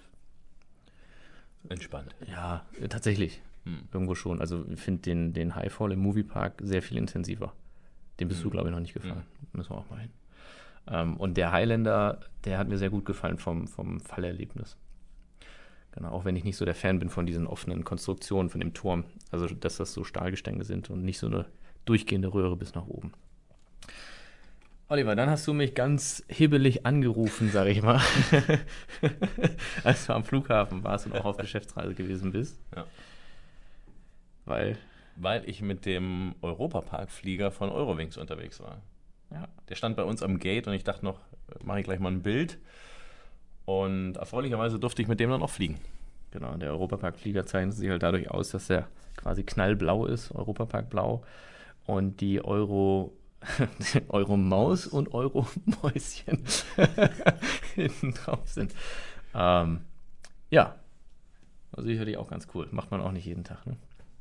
Entspannt. ja, äh, tatsächlich. Hm. Irgendwo schon. Also ich finde den, den Highfall im Moviepark sehr viel intensiver. Dem bist du, Mhm. glaube ich, noch nicht gefahren. Müssen wir auch mal hin. Ähm, und der Highlander, der hat mir sehr gut gefallen vom, vom Fallerlebnis. Genau, auch wenn ich nicht so der Fan bin von diesen offenen Konstruktionen, von dem Turm. Also, dass das so Stahlgestänge sind und nicht so eine durchgehende Röhre bis nach oben. Oliver, dann hast du mich ganz hibbelig angerufen, sag ich mal, als du am Flughafen warst und auch auf Geschäftsreise gewesen bist. Ja. Weil, Weil ich mit dem Europapark-Flieger von Eurowings unterwegs war. ja, Der stand bei uns am Gate und ich dachte noch, mache ich gleich mal ein Bild. Und erfreulicherweise durfte ich mit dem dann auch fliegen. genau, der Europapark-Flieger zeichnet sich halt dadurch aus, dass er quasi knallblau ist, Europapark-blau. Und die Euro, Euro-Maus und Euro-Mäuschen hinten drauf sind. Ähm, ja, also sicherlich auch ganz cool. Macht man auch nicht jeden Tag, ne?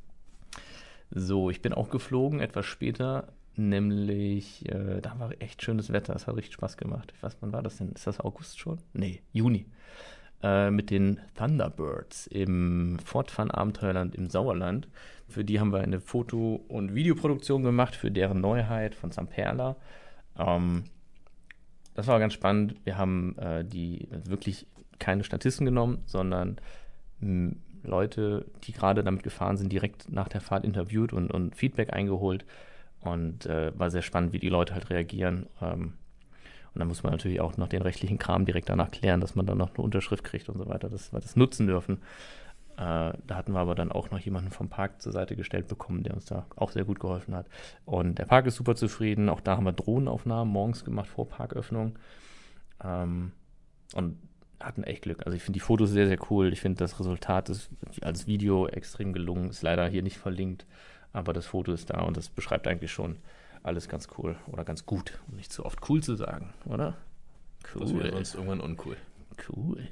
So, ich bin auch geflogen, etwas später, nämlich, äh, da war echt schönes Wetter, es hat richtig Spaß gemacht. Ich weiß, wann war das denn? Ist das August schon? Nee, Juni. Äh, mit den Thunderbirds im Fort Fun Abenteuerland im Sauerland. Für die haben wir eine Foto- und Videoproduktion gemacht, für deren Neuheit von Zamperla. Ähm, das war ganz spannend. Wir haben äh, die wirklich keine Statisten genommen, sondern mh, Leute, die gerade damit gefahren sind, direkt nach der Fahrt interviewt und, und Feedback eingeholt. Und äh, war sehr spannend, wie die Leute halt reagieren. Ähm, und dann muss man natürlich auch noch den rechtlichen Kram direkt danach klären, dass man dann noch eine Unterschrift kriegt und so weiter, dass wir das nutzen dürfen. Äh, da hatten wir aber dann auch noch jemanden vom Park zur Seite gestellt bekommen, der uns da auch sehr gut geholfen hat. Und der Park ist super zufrieden. Auch da haben wir Drohnenaufnahmen morgens gemacht vor Parköffnung. Ähm, und hatten echt Glück. Also ich finde die Fotos sehr, sehr cool. Ich finde das Resultat ist als Video extrem gelungen. Ist leider hier nicht verlinkt, aber das Foto ist da und das beschreibt eigentlich schon alles ganz cool oder ganz gut, um nicht zu oft cool zu sagen, oder? Das wäre sonst irgendwann uncool. Cool.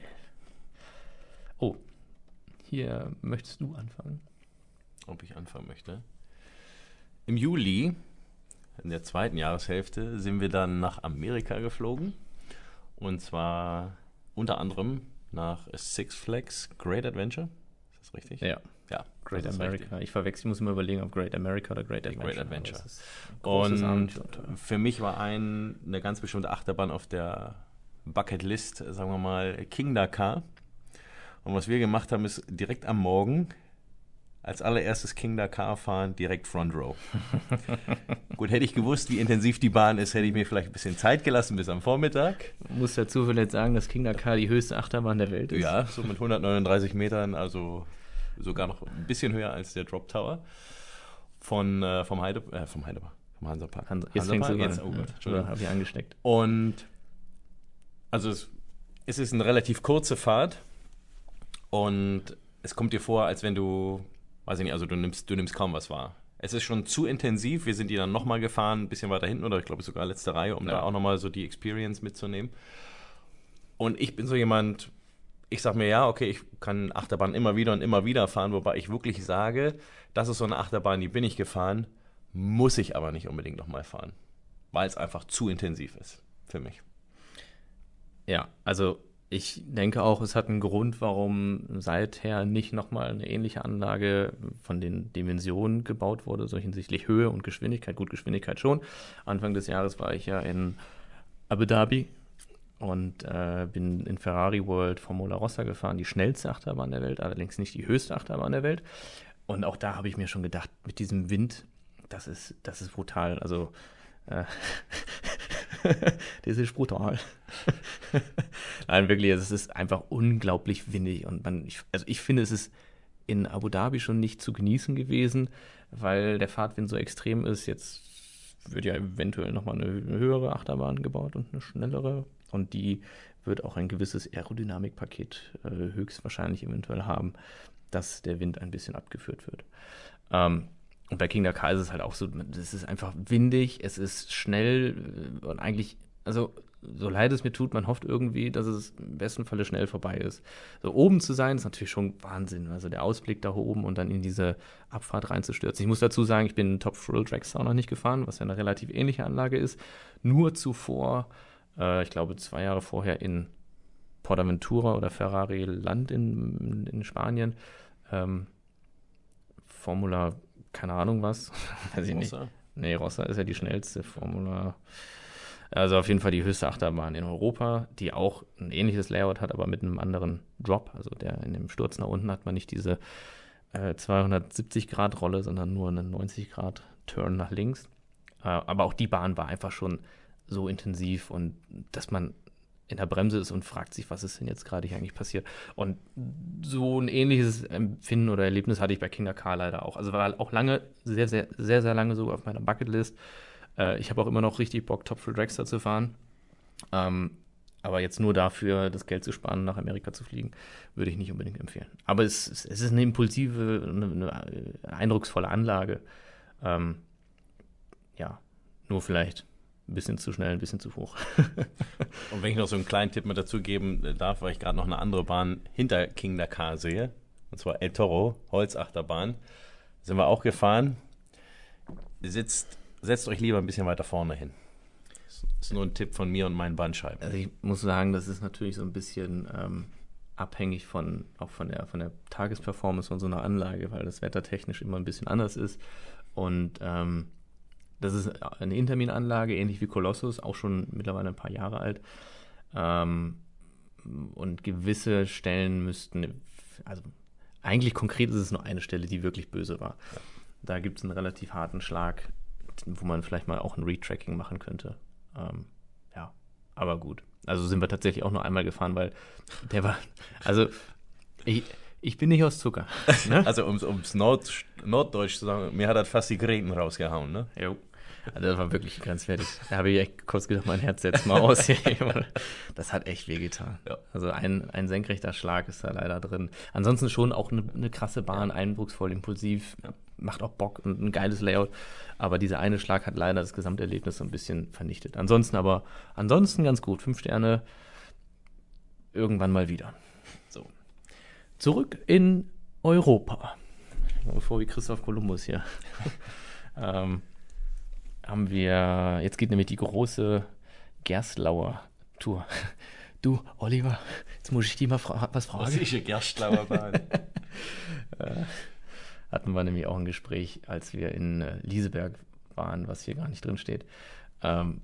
Oh, hier möchtest du anfangen? Ob ich anfangen möchte. Im Juli, in der zweiten Jahreshälfte, sind wir dann nach Amerika geflogen. Und zwar unter anderem nach Six Flags Great Adventure. Ist das richtig? Ja, Ja, Great das ist America. richtig. Ich verwechsel, ich muss immer überlegen, ob Great America oder Great Adventure. Great Adventure. Aber es ist ein großes Und Abenteuer. für mich war ein, eine ganz bestimmte Achterbahn auf der Bucketlist, sagen wir mal, King Dakar. Und was wir gemacht haben, ist direkt am Morgen als allererstes King Dakar fahren, direkt Front Row. Gut, hätte ich gewusst, wie intensiv die Bahn ist, hätte ich mir vielleicht ein bisschen Zeit gelassen bis am Vormittag. Man muss dazu vielleicht sagen, dass King Dakar die höchste Achterbahn der Welt ist. Ja, so mit hundertneununddreißig Metern, also sogar noch ein bisschen höher als der Drop Tower von, äh, vom Heide, äh, vom Heidepark, vom Hansapark. Hans, jetzt fängst du an. Jetzt, oh Gott, Oder Entschuldigung. habe ich angesteckt. Und also es, es ist eine relativ kurze Fahrt und es kommt dir vor, als wenn du, weiß ich nicht, also du nimmst, du nimmst kaum was wahr. Es ist schon zu intensiv, wir sind die dann nochmal gefahren, ein bisschen weiter hinten oder ich glaube sogar letzte Reihe, um Ja. da auch nochmal so die Experience mitzunehmen. Und ich bin so jemand, ich sag mir, ja, okay, ich kann Achterbahn immer wieder und immer wieder fahren, wobei ich wirklich sage, das ist so eine Achterbahn, die bin ich gefahren, muss ich aber nicht unbedingt nochmal fahren, weil es einfach zu intensiv ist für mich. Ja, also ich denke auch, es hat einen Grund, warum seither nicht nochmal eine ähnliche Anlage von den Dimensionen gebaut wurde, so hinsichtlich Höhe und Geschwindigkeit. Gut, Geschwindigkeit schon. Anfang des Jahres war ich ja in Abu Dhabi und äh, bin in Ferrari World Formula Rossa gefahren, die schnellste Achterbahn der Welt, allerdings nicht die höchste Achterbahn der Welt. Und auch da habe ich mir schon gedacht, mit diesem Wind, das ist, das ist brutal. Also äh, Das ist brutal. Nein, wirklich, es ist einfach unglaublich windig. Und man, ich, also ich finde, es ist in Abu Dhabi schon nicht zu genießen gewesen, weil der Fahrtwind so extrem ist. Jetzt wird ja eventuell nochmal eine höhere Achterbahn gebaut und eine schnellere. Und die wird auch ein gewisses Aerodynamikpaket äh, höchstwahrscheinlich eventuell haben, dass der Wind ein bisschen abgeführt wird. Ähm, und bei Kingda Ka ist es halt auch so, es ist einfach windig, es ist schnell und eigentlich, also so leid es mir tut, man hofft irgendwie, dass es im besten Falle schnell vorbei ist. So oben zu sein, ist natürlich schon Wahnsinn. Also der Ausblick da oben und dann in diese Abfahrt reinzustürzen. Ich muss dazu sagen, ich bin Top Thrill Tracks auch noch nicht gefahren, was ja eine relativ ähnliche Anlage ist. Nur zuvor, äh, ich glaube zwei Jahre vorher in Portaventura oder Ferrari Land in, in Spanien. Ähm, Formula, keine Ahnung was. Weiß ich nicht. Nee, Rossa ist ja die schnellste Formula. Also auf jeden Fall die höchste Achterbahn in Europa, die auch ein ähnliches Layout hat, aber mit einem anderen Drop. Also der in dem Sturz nach unten hat man nicht diese äh, zweihundertsiebzig Grad Rolle, sondern nur einen neunzig Grad Turn nach links. Äh, aber auch die Bahn war einfach schon so intensiv und dass man in der Bremse ist und fragt sich, was ist denn jetzt gerade hier eigentlich passiert. Und so ein ähnliches Empfinden oder Erlebnis hatte ich bei Kingda Ka leider auch. Also war auch lange, sehr, sehr, sehr, sehr lange so auf meiner Bucketlist. Äh, ich habe auch immer noch richtig Bock, Top Thrill Dragster zu fahren. Ähm, aber jetzt nur dafür, das Geld zu sparen, nach Amerika zu fliegen, würde ich nicht unbedingt empfehlen. Aber es, es ist eine impulsive, eine, eine eindrucksvolle Anlage. Ähm, ja, nur vielleicht ein bisschen zu schnell, ein bisschen zu hoch. Und wenn ich noch so einen kleinen Tipp mit dazu geben darf, weil ich gerade noch eine andere Bahn hinter Kingda Ka sehe, und zwar El Toro, Holzachterbahn, sind wir auch gefahren. Sitzt, setzt euch lieber ein bisschen weiter vorne hin. Das ist nur ein Tipp von mir und meinen Bandscheiben. Also ich muss sagen, das ist natürlich so ein bisschen ähm, abhängig von, auch von der, von der Tagesperformance von so einer Anlage, weil das wettertechnisch immer ein bisschen anders ist. Und ähm, das ist eine Intermin-Anlage, ähnlich wie Colossus, auch schon mittlerweile ein paar Jahre alt. Ähm, und gewisse Stellen müssten, also eigentlich konkret ist es nur eine Stelle, die wirklich böse war. Ja. Da gibt es einen relativ harten Schlag, wo man vielleicht mal auch ein Retracking machen könnte. Ähm, ja, aber gut. Also sind wir tatsächlich auch nur einmal gefahren, weil der war, also ich, ich bin nicht aus Zucker. Ne? Also um es Nord, Norddeutsch zu sagen, mir hat das fast die Gräten rausgehauen, ne? Jo. Also das war wirklich grenzwertig. Da habe ich echt kurz gedacht, mein Herz setzt mal aus. Das hat echt wehgetan. Ja. Also ein, ein senkrechter Schlag ist da leider drin. Ansonsten schon auch eine, eine krasse Bahn, ja. Eindrucksvoll, impulsiv, ja. Macht auch Bock und ein geiles Layout. Aber dieser eine Schlag hat leider das Gesamterlebnis so ein bisschen vernichtet. Ansonsten aber, ansonsten ganz gut. Fünf Sterne, irgendwann mal wieder. So. Zurück in Europa. Bevor wie Christoph Kolumbus hier. ähm, haben wir, jetzt geht nämlich die große Gerstlauer Tour. Du, Oliver, jetzt muss ich dich mal fra- was fragen. Was ist eine Gerstlauer Bahn? äh, hatten wir nämlich auch ein Gespräch, als wir in äh, Lieseberg waren, was hier gar nicht drin steht. Ähm,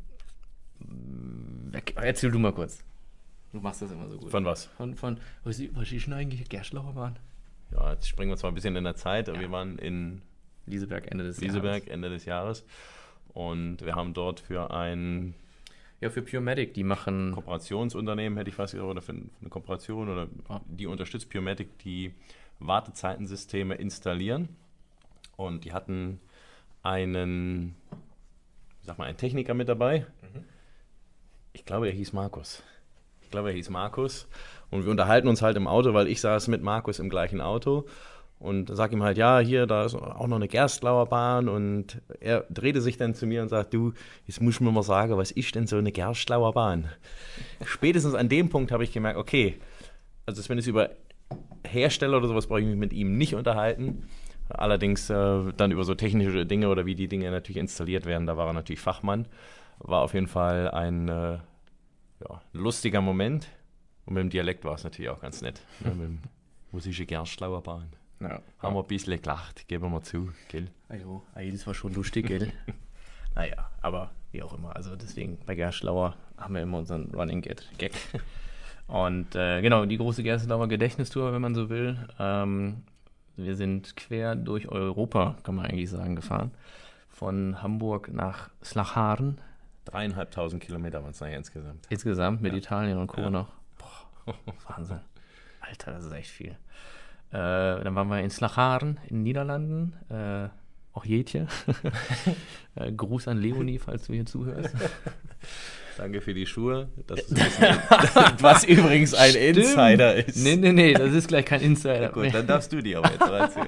erzähl du mal kurz. Du machst das immer so gut. Von was? Von, von was, was ist denn eigentlich eine Gerstlauer Bahn? Ja, jetzt springen wir zwar ein bisschen in der Zeit, aber ja. Wir waren in Lieseberg Ende des Lieseberg Jahres. Ende des Jahres. Und wir haben dort für ein ja, für PureMatic, die machen Kooperationsunternehmen, hätte ich fast gesagt, oder für eine Kooperation, oder die unterstützt PureMatic, die Wartezeitensysteme installieren. Und die hatten einen, ich sag mal, einen Techniker mit dabei. Mhm. Ich glaube, er hieß Markus. Ich glaube, er hieß Markus. Und wir unterhalten uns halt im Auto, weil ich saß mit Markus im gleichen Auto. Und sag ihm halt, ja, hier, da ist auch noch eine Gerstlauer Bahn. Und er drehte sich dann zu mir und sagt, du, jetzt muss ich mir mal sagen, was ist denn so eine Gerstlauer Bahn? Spätestens an dem Punkt habe ich gemerkt, okay, also wenn es über Hersteller oder sowas brauche ich mich mit ihm nicht unterhalten. Allerdings äh, dann über so technische Dinge oder wie die Dinge natürlich installiert werden, da war er natürlich Fachmann. War auf jeden Fall ein äh, ja, lustiger Moment. Und mit dem Dialekt war es natürlich auch ganz nett. Ne, mit dem, was ist eine Gerstlauer Bahn? Ja, haben wir ein bisschen gelacht, geben wir zu, gell? Also, das war schon lustig, gell? Naja, aber wie auch immer. Also deswegen bei Gerstlauer haben wir immer unseren Running Gag. Und äh, genau, die große Gerstlauer Gedächtnistour, wenn man so will. Ähm, wir sind quer durch Europa, kann man eigentlich sagen, gefahren. Von Hamburg nach Slaghaaren. Dreieinhalbtausend Kilometer waren es nachher insgesamt. Insgesamt mit Ja. Italien und Co. Ja. noch. Boah, Wahnsinn. Alter, das ist echt viel. Äh, dann waren wir in Slacharen in den Niederlanden. Äh, auch Jetje. äh, Gruß an Leonie, falls du hier zuhörst. Danke für die Schuhe. Das ist Was übrigens ein Stimmt. Insider ist. Nee, nee, nee, das ist gleich kein Insider. Gut, dann darfst du die aber jetzt noch erzählen.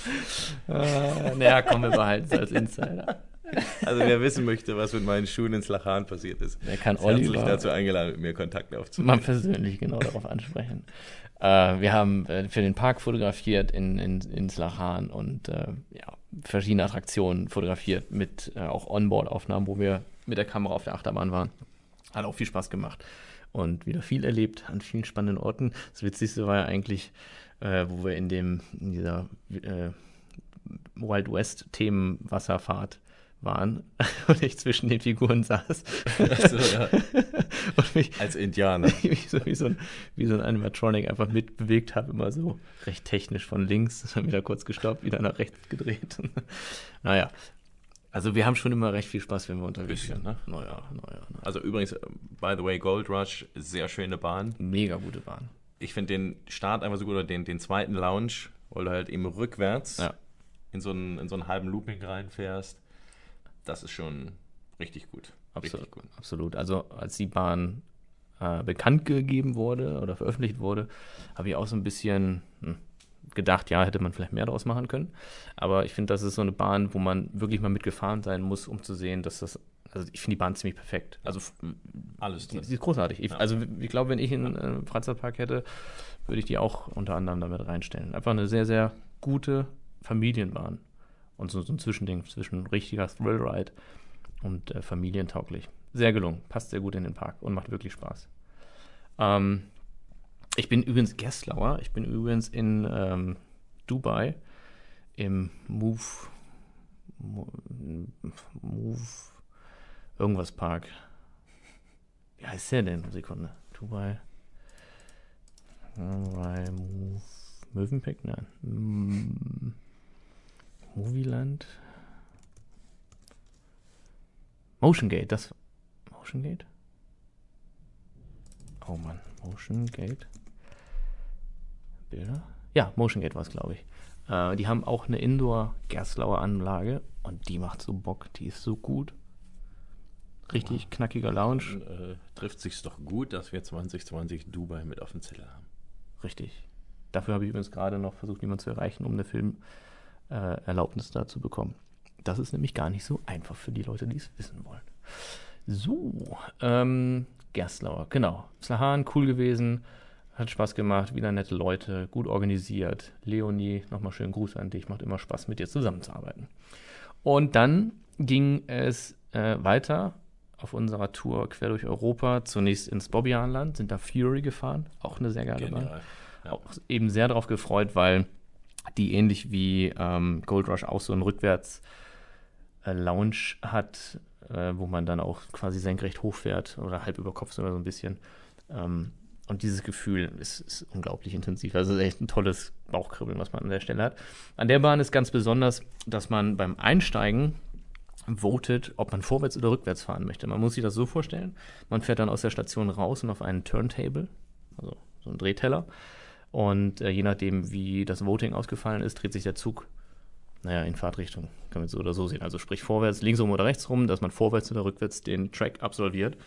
äh, naja, komm, wir behalten es als Insider. Also wer wissen möchte, was mit meinen Schuhen in Slachan passiert ist, Der kann ist herzlich Oliver dazu eingeladen, mit mir Kontakt aufzunehmen. mal persönlich genau darauf ansprechen. Äh, wir haben äh, für den Park fotografiert in, in, in Slachan und äh, ja, verschiedene Attraktionen fotografiert mit äh, auch Onboard-Aufnahmen, wo wir mit der Kamera auf der Achterbahn waren. Hat auch viel Spaß gemacht und wieder viel erlebt an vielen spannenden Orten. Das Witzigste war ja eigentlich, äh, wo wir in dem in dieser äh, Wild West Themenwasserfahrt waren und ich zwischen den Figuren saß. Also, ja. Und mich Als Indianer. wie, so, wie, so ein, wie so ein Animatronic einfach mitbewegt habe, immer so recht technisch von links, dann wieder kurz gestoppt, wieder nach rechts gedreht. Naja, also wir haben schon immer recht viel Spaß, wenn wir unterwegs Bisschen, sind. ne? Naja, naja, naja. Also übrigens, by the way, Gold Rush, sehr schöne Bahn. Mega gute Bahn. Ich finde den Start einfach so gut, oder den, den zweiten Lounge, weil du halt eben rückwärts Ja. in, so einen, in so einen halben Looping reinfährst. Das ist schon richtig gut. Absolut. Richtig gut. Absolut. Also als die Bahn äh, bekannt gegeben wurde oder veröffentlicht wurde, habe ich auch so ein bisschen hm, gedacht, ja, hätte man vielleicht mehr daraus machen können. Aber ich finde, das ist so eine Bahn, wo man wirklich mal mitgefahren sein muss, um zu sehen, dass das, also ich finde die Bahn ziemlich perfekt. Also f- Alles die, drin. die ist großartig. Ich, Ja. Also ich glaube, wenn ich einen äh, Freizeitpark hätte, würde ich die auch unter anderem damit reinstellen. Einfach eine sehr, sehr gute Familienbahn. Und so, so ein Zwischending zwischen richtiger Thrill-Ride und äh, familientauglich. Sehr gelungen. Passt sehr gut in den Park und macht wirklich Spaß. Ähm, ich bin übrigens Gerstlauer. Ich bin übrigens in ähm, Dubai im Move Mo- Move irgendwas Park. Wie heißt der denn? Sekunde. Dubai Dubai Move Mövenpick? Nein. Mm, Movieland? Motion Gate, das. Motion Gate? Oh Mann, Motion Gate. Bilder? Ja, Motion Gate war es, glaube ich. Äh, die haben auch eine Indoor-Gerstlauer Anlage und die macht so Bock, die ist so gut. Richtig knackiger Lounge. Dann, äh, trifft sich's doch gut, dass wir zwanzig zwanzig Dubai mit auf dem Zettel haben. Richtig. Dafür habe ich übrigens gerade noch versucht, jemanden zu erreichen, um eine Filmerlaubnis da zu bekommen. Das ist nämlich gar nicht so einfach für die Leute, die es wissen wollen. So, ähm, Gerstlauer, genau. Slahan, cool gewesen, hat Spaß gemacht, wieder nette Leute, gut organisiert. Leonie, nochmal schönen Gruß an dich, macht immer Spaß, mit dir zusammenzuarbeiten. Und dann ging es äh, weiter auf unserer Tour quer durch Europa, zunächst ins Bobbejaanland, sind da Fury gefahren, auch eine sehr geile Bahn. Genial. Ja. Auch eben sehr darauf gefreut, weil die ähnlich wie ähm, Gold Rush auch so einen Rückwärts-Lounge hat, äh, wo man dann auch quasi senkrecht hochfährt oder halb über Kopf sogar so ein bisschen. Ähm, und dieses Gefühl ist, ist unglaublich intensiv. Also es ist echt ein tolles Bauchkribbeln, was man an der Stelle hat. An der Bahn ist ganz besonders, dass man beim Einsteigen votet, ob man vorwärts oder rückwärts fahren möchte. Man muss sich das so vorstellen, man fährt dann aus der Station raus und auf einen Turntable, also so einen Drehteller, und äh, je nachdem, wie das Voting ausgefallen ist, dreht sich der Zug, naja, in Fahrtrichtung, kann man so oder so sehen. Also sprich vorwärts, links rum oder rechts rum, dass man vorwärts oder rückwärts den Track absolviert.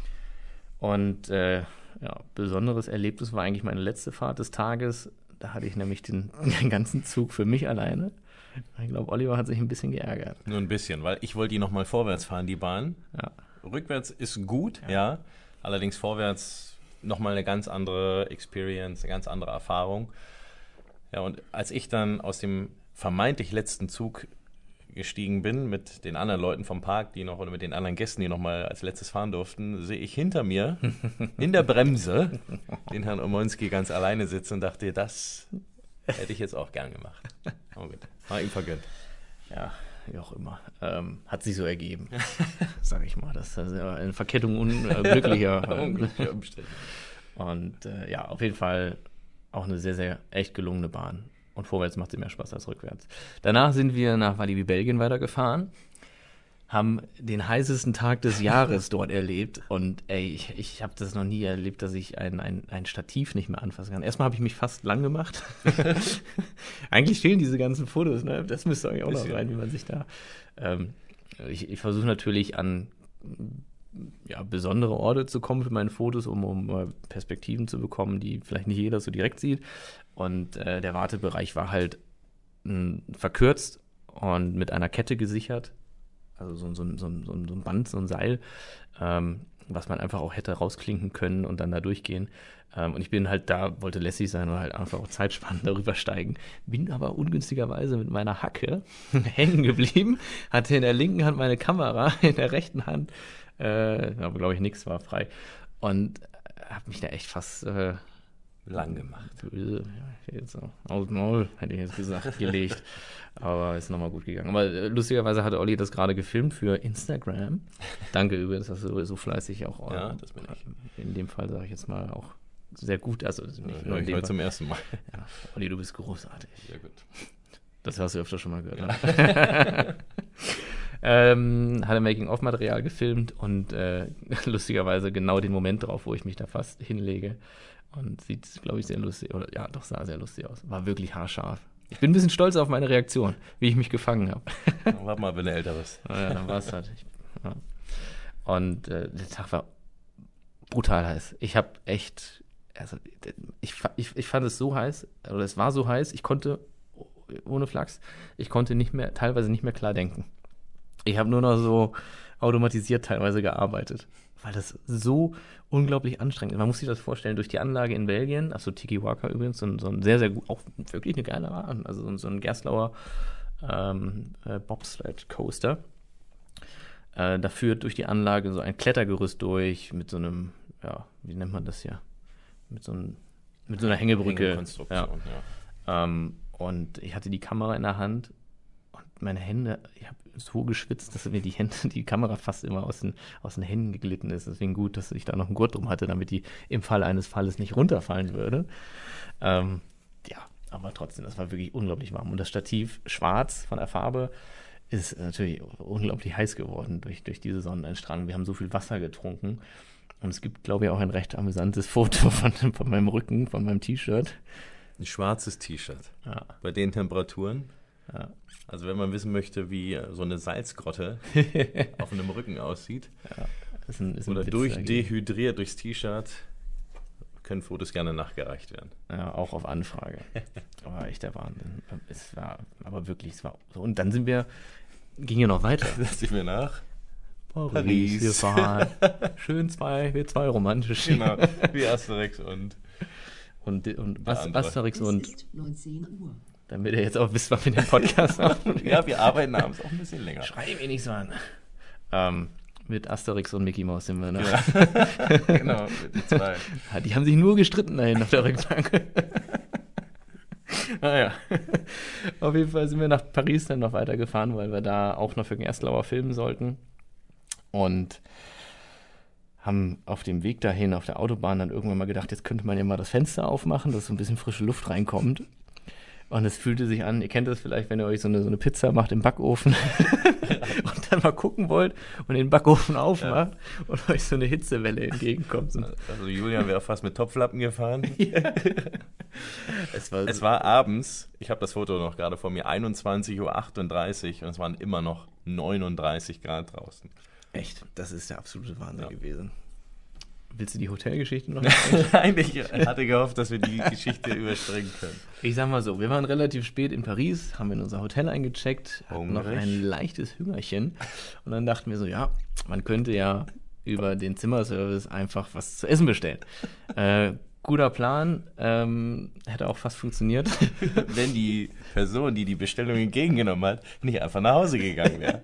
Und äh, ja, besonderes Erlebnis war eigentlich meine letzte Fahrt des Tages. Da hatte ich nämlich den, den ganzen Zug für mich alleine. Ich glaube, Oliver hat sich ein bisschen geärgert. Nur ein bisschen, weil ich wollte die nochmal vorwärts fahren, die Bahn. Ja. Rückwärts ist gut, ja. Ja. Allerdings vorwärts nochmal eine ganz andere Experience, eine ganz andere Erfahrung. Ja, und als ich dann aus dem vermeintlich letzten Zug gestiegen bin mit den anderen Leuten vom Park, die noch, oder mit den anderen Gästen, die noch mal als letztes fahren durften, sehe ich hinter mir in der Bremse den Herrn Omonski ganz alleine sitzen und dachte, das hätte ich jetzt auch gern gemacht. Aber gut, war ihm vergönnt. Ja, wie auch immer. Ähm, hat sich so ergeben, sag ich mal. Das ist ja eine Verkettung unglücklicher. Unglücklicher Umstände. Und äh, ja, auf jeden Fall auch eine sehr, sehr echt gelungene Bahn. Und vorwärts macht sie mehr Spaß als rückwärts. Danach sind wir nach Walibi, Belgien weitergefahren. haben den heißesten Tag des Jahres dort erlebt und ey, ich, ich habe das noch nie erlebt, dass ich ein, ein, ein Stativ nicht mehr anfassen kann. Erstmal habe ich mich fast lang gemacht. Eigentlich fehlen diese ganzen Fotos, ne? Das müsste eigentlich auch noch rein, wie man sich da... Ähm, ich ich versuche natürlich an ja, besondere Orte zu kommen für meine Fotos, um, um Perspektiven zu bekommen, die vielleicht nicht jeder so direkt sieht. Und äh, der Wartebereich war halt mh, verkürzt und mit einer Kette gesichert. Also so, so, so, so, so ein Band, so ein Seil, ähm, was man einfach auch hätte rausklinken können und dann da durchgehen. Ähm, und ich bin halt da, wollte lässig sein und halt einfach auch zeitsparend darüber steigen. Bin aber ungünstigerweise mit meiner Hacke hängen geblieben, hatte in der linken Hand meine Kamera, in der rechten Hand, äh, aber glaube ich nichts, war frei. Und habe mich da echt fast... Äh, lang gemacht. Böse, ja, jetzt so aus dem Maul, hätte ich jetzt gesagt, gelegt. Aber ist nochmal gut gegangen. Aber äh, lustigerweise hatte Olli das gerade gefilmt für Instagram. Danke übrigens, dass du so fleißig auch. Ja, das bin ich. In dem Fall sage ich jetzt mal auch sehr gut. Also nicht ja, nur in ich dem heute Fall. Zum ersten Mal. Ja, Olli, du bist großartig. Sehr gut. Das hast du öfter schon mal gehört. Ja. Ne? ähm, hatte Making-of-Material gefilmt und äh, lustigerweise genau den Moment drauf, wo ich mich da fast hinlege. Und sieht, glaube ich, sehr lustig, oder ja, doch sah sehr lustig aus. War wirklich haarscharf. Ich bin ein bisschen stolz auf meine Reaktion, wie ich mich gefangen habe. Warte mal, wenn du älter bist. Ja, dann war es halt. Ich, ja. Und äh, der Tag war brutal heiß. Ich habe echt, also ich, ich, ich fand es so heiß, oder es war so heiß, ich konnte, ohne Flachs, ich konnte nicht mehr, teilweise nicht mehr klar denken. Ich habe nur noch so automatisiert teilweise gearbeitet, weil das so unglaublich anstrengend ist. Man muss sich das vorstellen, durch die Anlage in Belgien, also Tiki Waka übrigens, so ein, so ein sehr, sehr gut, auch wirklich eine geile Bahn, also so ein, so ein Gerstlauer ähm, äh, Bobsled-Coaster. Äh, da führt durch die Anlage so ein Klettergerüst durch mit so einem, ja, wie nennt man das hier? Mit so, einem, mit so einer Hängebrücke. Hängekonstruktion, ja. ja. Ähm, und ich hatte die Kamera in der Hand und meine Hände, ich habe so geschwitzt, dass mir die Hände, die Kamera fast immer aus den, aus den Händen geglitten ist. Deswegen gut, dass ich da noch einen Gurt drum hatte, damit die im Fall eines Falles nicht runterfallen würde. Ähm, ja, aber trotzdem, das war wirklich unglaublich warm. Und das Stativ schwarz von der Farbe ist natürlich unglaublich heiß geworden durch, durch diese Sonneneinstrahlung. Wir haben so viel Wasser getrunken. Und es gibt, glaube ich, auch ein recht amüsantes Foto von, von meinem Rücken, von meinem T-Shirt. Ein schwarzes T-Shirt. Ja. Bei den Temperaturen. Ja. Also wenn man wissen möchte, wie so eine Salzgrotte auf einem Rücken aussieht, ja, ist ein, ist ein oder Witz durchdehydriert durchs T-Shirt, können Fotos gerne nachgereicht werden. Ja, auch auf Anfrage. Aber echt der Wahnsinn. Es war, aber wirklich, es war so. Und dann sind wir, ging ja noch weiter. Das sieht mir nach. Paris, Paris. wir fahren. Schön zwei, wir zwei romantisch. Genau, wie Asterix und Und, und Der As, andere. Asterix Es und, ist neunzehn Uhr. damit ihr jetzt auch wisst, was wir den Podcast haben. ja, wir arbeiten abends auch ein bisschen länger. Schrei mir nicht so an. Ähm, mit Asterix und Mickey Mouse sind wir, ne? Ja. Genau, mit den zwei. Ja, die haben sich nur gestritten dahin auf der Rückbank. Naja, auf jeden Fall sind wir nach Paris dann noch weitergefahren, weil wir da auch noch für den Gerstlauer filmen sollten. Und haben auf dem Weg dahin auf der Autobahn dann irgendwann mal gedacht, jetzt könnte man ja mal das Fenster aufmachen, dass so ein bisschen frische Luft reinkommt. Und es fühlte sich an, ihr kennt das vielleicht, wenn ihr euch so eine, so eine Pizza macht im Backofen und dann mal gucken wollt und den Backofen aufmacht ja. und euch so eine Hitzewelle entgegenkommt. Also Julian wäre fast mit Topflappen gefahren. Ja. Es war, es war abends, ich habe das Foto noch gerade vor mir, einundzwanzig Uhr achtunddreißig und es waren immer noch neununddreißig Grad draußen. Echt, das ist der absolute Wahnsinn Ja. gewesen. Willst du die Hotelgeschichte noch? Nein, ich hatte gehofft, dass wir die Geschichte überspringen können. Ich sag mal so, wir waren relativ spät in Paris, haben in unser Hotel eingecheckt, hatten noch Hungrig. ein leichtes Hüngerchen und dann dachten wir so, ja, man könnte ja über den Zimmerservice einfach was zu essen bestellen. Äh, guter Plan, ähm, hätte auch fast funktioniert. Wenn die Person, die die Bestellung entgegengenommen hat, nicht einfach nach Hause gegangen wäre.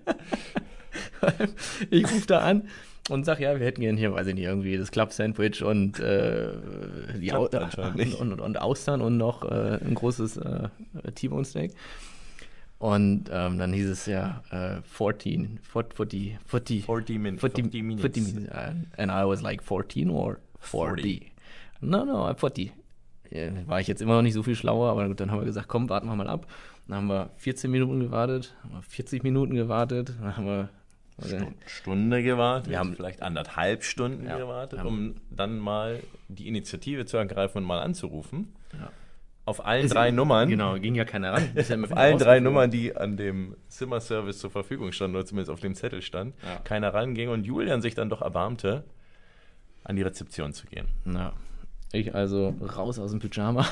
Ich rufe da an und sag, ja, wir hätten gerne hier, weiß ich nicht, irgendwie das Club-Sandwich und, äh, die Au- Klappt anscheinend nicht. und, und, und Austern und noch äh, ein großes äh, T-Bone-Steak. Und ähm, dann hieß es ja äh, vierzehn, vierzig, vierzig, forty min- vierzig, forty minutes. vierzig minutes. And I was like fourteen or forty. No, no, vierzig. Ja, war ich jetzt immer noch nicht so viel schlauer, aber gut, dann haben wir gesagt, komm, warten wir mal ab. Dann haben wir vierzehn Minuten gewartet, haben wir vierzig Minuten gewartet, dann haben wir Stu- Stunde gewartet, Wir haben- vielleicht anderthalb Stunden Ja, gewartet, haben- um dann mal die Initiative zu ergreifen und mal anzurufen. Ja. Auf allen Ist- drei Nummern, Genau, ging ja keiner ran. Ist ja immer auf wieder allen drei rausgeflogen. Nummern, die an dem Zimmerservice zur Verfügung standen, oder zumindest auf dem Zettel stand, Ja. keiner ranging und Julian sich dann doch erbarmte, an die Rezeption zu gehen. Ja. Ich also raus aus dem Pyjama.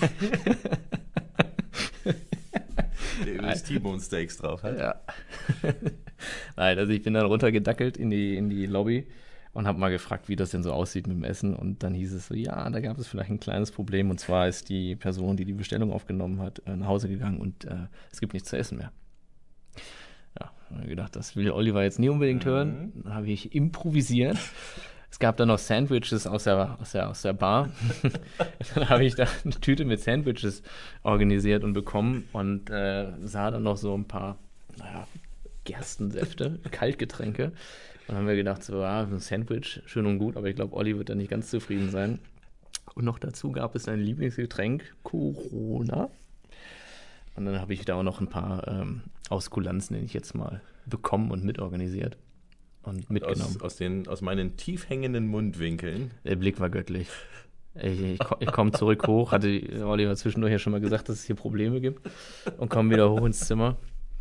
Der übrigens T-Bone Steaks drauf hat. Ja. Nein, also ich bin dann runtergedackelt in die, in die Lobby und habe mal gefragt, wie das denn so aussieht mit dem Essen. Und dann hieß es so, ja, da gab es vielleicht ein kleines Problem. Und zwar ist die Person, die die Bestellung aufgenommen hat, äh, nach Hause gegangen und äh, es gibt nichts zu essen mehr. Ja, habe mir gedacht, das will Oliver jetzt nie unbedingt Mhm. hören. Dann habe ich improvisiert. Es gab dann noch Sandwiches aus der, aus der, aus der Bar. Dann habe ich da eine Tüte mit Sandwiches organisiert und bekommen und äh, sah dann noch so ein paar, naja, Gerstensäfte, Kaltgetränke. Und dann haben wir gedacht, so, ja, ein Sandwich, schön und gut, aber ich glaube, Olli wird da nicht ganz zufrieden sein. Und noch dazu gab es ein Lieblingsgetränk, Corona. Und dann habe ich da auch noch ein paar ähm, Auskulanzen, nenne ich jetzt mal, bekommen und mitorganisiert und mitgenommen. Aus, aus, den, aus meinen tief hängenden Mundwinkeln. Der Blick war göttlich. Ich, ich, ko- ich komme zurück hoch, hatte Oliver zwischendurch ja schon mal gesagt, dass es hier Probleme gibt und komme wieder hoch ins Zimmer.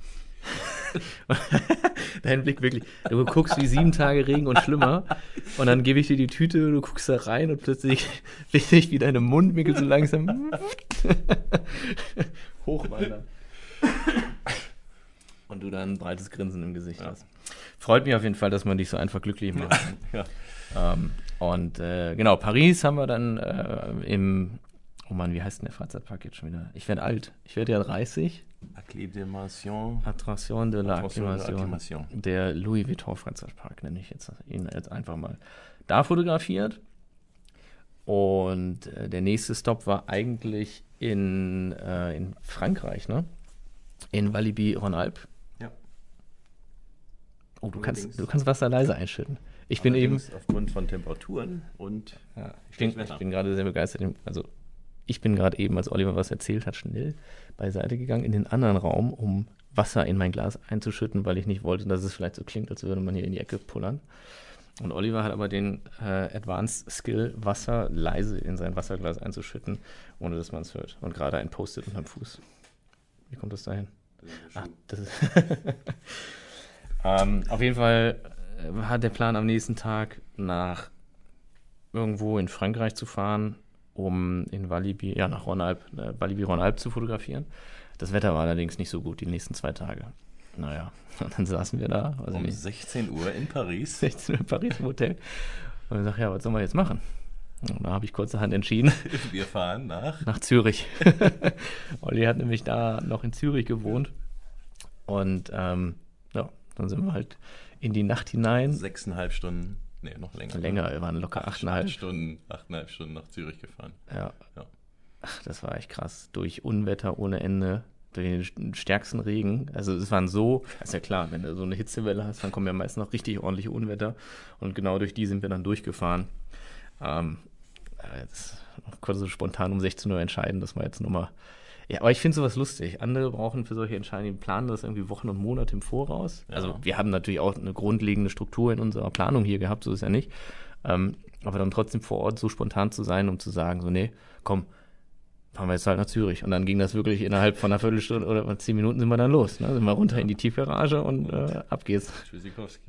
Dein Blick wirklich, du guckst wie sieben Tage Regen und schlimmer und dann gebe ich dir die Tüte, du guckst da rein und plötzlich sehe ich, wie deine Mundwinkel so langsam hochwandern. Und du dann ein breites Grinsen im Gesicht Ja. hast. Freut mich auf jeden Fall, dass man dich so einfach glücklich macht. Ja. Ähm, und äh, genau, Paris haben wir dann äh, im, oh Mann, wie heißt denn der Freizeitpark jetzt schon wieder? Ich werde alt. Ich werde ja dreißig. Acclimation. Attraction de la Attraction de la Acclimation. Acclimation. Der Louis Vuitton Freizeitpark nenne ich jetzt ihn jetzt einfach mal. Da fotografiert. Und äh, der nächste Stop war eigentlich in, äh, in Frankreich, ne? In Walibi-Rhône-Alpes. Ja. Oh, du Allerdings- kannst, du kannst Wasser leise einschütten. Ich bin eben. Allerdings aufgrund von Temperaturen und Ja, ich bin, Wetter. ich bin gerade sehr begeistert. Also, ich bin gerade eben, als Oliver was erzählt hat, schnell beiseite gegangen in den anderen Raum, um Wasser in mein Glas einzuschütten, weil ich nicht wollte, dass es vielleicht so klingt, als würde man hier in die Ecke pullern. Und Oliver hat aber den äh, Advanced Skill, Wasser leise in sein Wasserglas einzuschütten, ohne dass man es hört. Und gerade ein Post-it unterm Fuß. Wie kommt das dahin? Ach, das ist ähm, auf jeden Fall äh, hat der Plan am nächsten Tag nach irgendwo in Frankreich zu fahren, um in Walibi, ja nach Rhône-Alpes, äh, Walibi-Rhône-Alpes zu fotografieren. Das Wetter war allerdings nicht so gut die nächsten zwei Tage. Naja, und dann saßen wir da, also um nicht, sechzehn Uhr in Paris. sechzehn Uhr in Paris im Hotel. Und ich dachte, ja, was sollen wir jetzt machen? Und da habe ich kurzerhand entschieden, Wir fahren nach. nach Zürich. Olli hat nämlich da noch in Zürich gewohnt. Und ähm, ja, dann sind wir halt in die Nacht hinein. Sechseinhalb Stunden, nee, noch länger. Länger, wir waren locker achteinhalb. Stunden, achteinhalb Stunden nach Zürich gefahren. Ja. Ja. Ach, das war echt krass. Durch Unwetter ohne Ende, durch den stärksten Regen. Also es waren so, ist ja klar, wenn du so eine Hitzewelle hast, dann kommen ja meist noch richtig ordentliche Unwetter. Und genau durch die sind wir dann durchgefahren. Ähm, jetzt konnte so spontan um sechzehn Uhr entscheiden, dass wir jetzt nochmal. Ja, aber ich finde sowas lustig. Andere brauchen für solche Entscheidungen, die planen das irgendwie Wochen und Monate im Voraus. Ja. Also wir haben natürlich auch eine grundlegende Struktur in unserer Planung hier gehabt, so ist ja nicht. Ähm, aber dann trotzdem vor Ort so spontan zu sein, um zu sagen, so nee, komm, fahren wir jetzt halt nach Zürich. Und dann ging das wirklich innerhalb von einer Viertelstunde oder zehn Minuten sind wir dann los. Ne? Sind wir runter in die Tiefgarage und äh, ab geht's. Tschüssikowski.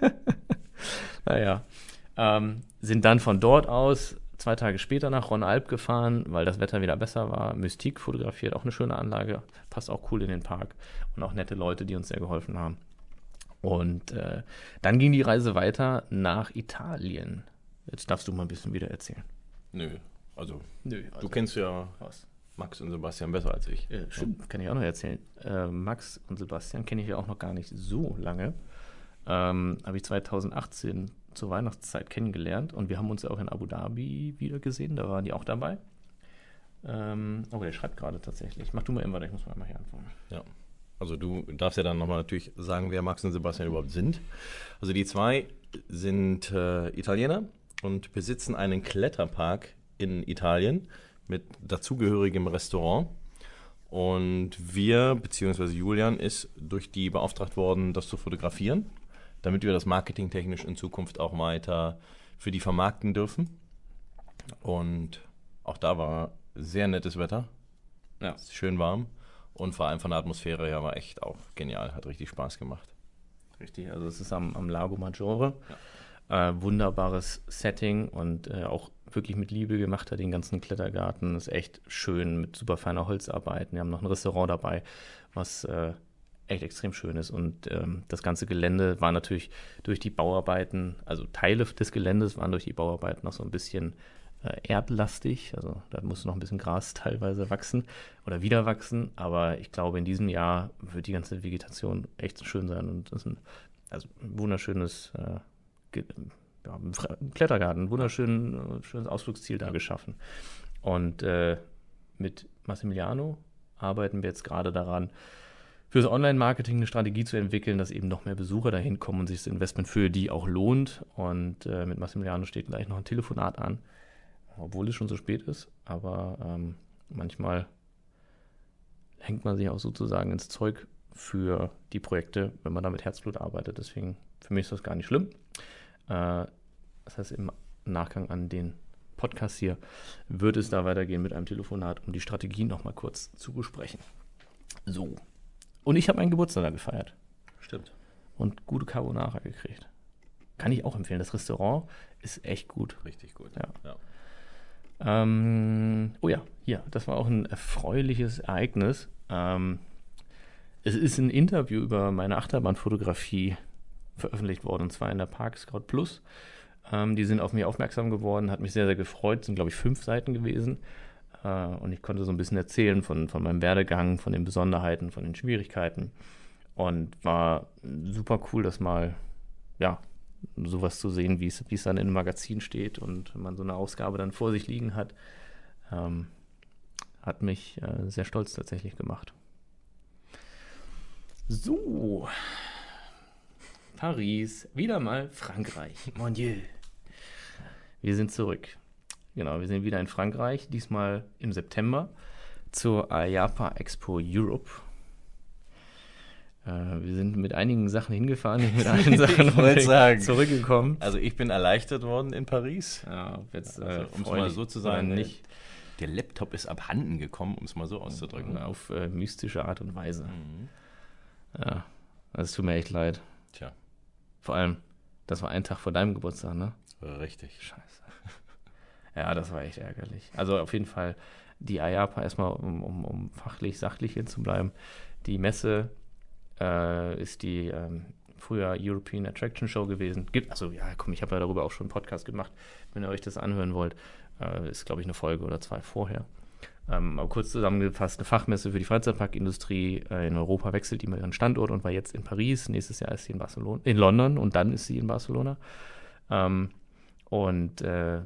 Naja, ähm, sind dann von dort aus zwei Tage später nach Rhône-Alpes gefahren, weil das Wetter wieder besser war. Mystique fotografiert, auch eine schöne Anlage, passt auch cool in den Park und auch nette Leute, die uns sehr geholfen haben. Und äh, dann ging die Reise weiter nach Italien. Jetzt darfst du mal ein bisschen wieder erzählen. Nö, also Nö, du kennst ja was? Max und Sebastian besser als ich. Äh, stimmt, kann ich auch noch erzählen. Äh, Max und Sebastian kenne ich ja auch noch gar nicht so lange. Ähm, habe ich zweitausendachtzehn zur Weihnachtszeit kennengelernt und wir haben uns ja auch in Abu Dhabi wieder gesehen, da waren die auch dabei. Ähm, oh, der schreibt gerade tatsächlich. Mach du mal immer, ich muss mal einmal hier antworten. Ja. Also du darfst ja dann nochmal natürlich sagen, wer Max und Sebastian überhaupt sind. Also die zwei sind äh, Italiener und besitzen einen Kletterpark in Italien mit dazugehörigem Restaurant. Und wir, beziehungsweise Julian, ist durch die beauftragt worden, das zu fotografieren. damit wir das marketingtechnisch in Zukunft auch weiter für die vermarkten dürfen. Und auch da war sehr nettes Wetter. Ja. Schön warm. Und vor allem von der Atmosphäre her war echt auch genial. Hat richtig Spaß gemacht. Richtig, also es ist am, am Lago Maggiore. Ja. Äh, wunderbares Setting und äh, auch wirklich mit Liebe gemacht hat, den ganzen Klettergarten. Ist echt schön mit super feiner Holzarbeit. Wir haben noch ein Restaurant dabei, was äh, echt extrem schön ist. Und ähm, das ganze Gelände war natürlich durch die Bauarbeiten, also Teile des Geländes waren durch die Bauarbeiten noch so ein bisschen äh, erdlastig. Also da musste noch ein bisschen Gras teilweise wachsen oder wieder wachsen. Aber ich glaube, in diesem Jahr wird die ganze Vegetation echt schön sein. Und das ist ein, also ein wunderschönes äh, Ge- ja, ein Klettergarten, ein wunderschönes schönes Ausflugsziel da geschaffen. Und äh, mit Massimiliano arbeiten wir jetzt gerade daran, für das Online-Marketing eine Strategie zu entwickeln, dass eben noch mehr Besucher dahin kommen und sich das Investment für die auch lohnt. Und äh, mit Massimiliano steht gleich noch ein Telefonat an, obwohl es schon so spät ist. Aber ähm, manchmal hängt man sich auch sozusagen ins Zeug für die Projekte, wenn man da mit Herzblut arbeitet. Deswegen, für mich ist das gar nicht schlimm. Äh, das heißt, im Nachgang an den Podcast hier wird es da weitergehen mit einem Telefonat, um die Strategie nochmal kurz zu besprechen. So. Und ich habe meinen Geburtstag da gefeiert. Stimmt. Und gute Carbonara gekriegt. Kann ich auch empfehlen. Das Restaurant ist echt gut. Richtig gut. Ja. Ja. Ähm, oh ja, hier, das war auch ein erfreuliches Ereignis. Ähm, es ist ein Interview über meine Achterbahnfotografie veröffentlicht worden, und zwar in der Park Scout Plus. Ähm, die sind auf mich aufmerksam geworden, hat mich sehr, sehr gefreut. Es sind, glaube ich, fünf Seiten gewesen. Und ich konnte so ein bisschen erzählen von, von meinem Werdegang, von den Besonderheiten, von den Schwierigkeiten. Und war super cool, das mal, ja, sowas zu sehen, wie es, wie es dann in einem Magazin steht und wenn man so eine Ausgabe dann vor sich liegen hat. Ähm, hat mich äh, sehr stolz tatsächlich gemacht. So. Paris, wieder mal Frankreich. Mon Dieu. Wir sind zurück. Genau, wir sind wieder in Frankreich, diesmal im September zur I A P A Expo Europe. Äh, wir sind mit einigen Sachen hingefahren, nicht mit allen Sachen sagen. zurückgekommen. Also ich bin erleichtert worden in Paris. Ja, ob jetzt, also, äh, um es mal so zu sagen, nicht. Der Laptop ist abhanden gekommen, um es mal so auszudrücken. Auf äh, mystische Art und Weise. Mhm. Ja, das tut mir echt leid. Tja. Vor allem, das war ein Tag vor deinem Geburtstag, ne? Richtig. Scheiße. Ja, das war echt ärgerlich. Also auf jeden Fall die I A P A erstmal, um, um, um fachlich, sachlich hier zu bleiben. Die Messe äh, ist die ähm, früher European Attraction Show gewesen. Gibt, also ja, komm, ich habe ja darüber auch schon einen Podcast gemacht. Wenn ihr euch das anhören wollt, äh, ist, glaube ich, eine Folge oder zwei vorher. Ähm, aber kurz zusammengefasst, eine Fachmesse für die Freizeitparkindustrie äh, in Europa wechselt immer ihren Standort und war jetzt in Paris. Nächstes Jahr ist sie in Barcelona, in London und dann ist sie in Barcelona. Ähm, und äh,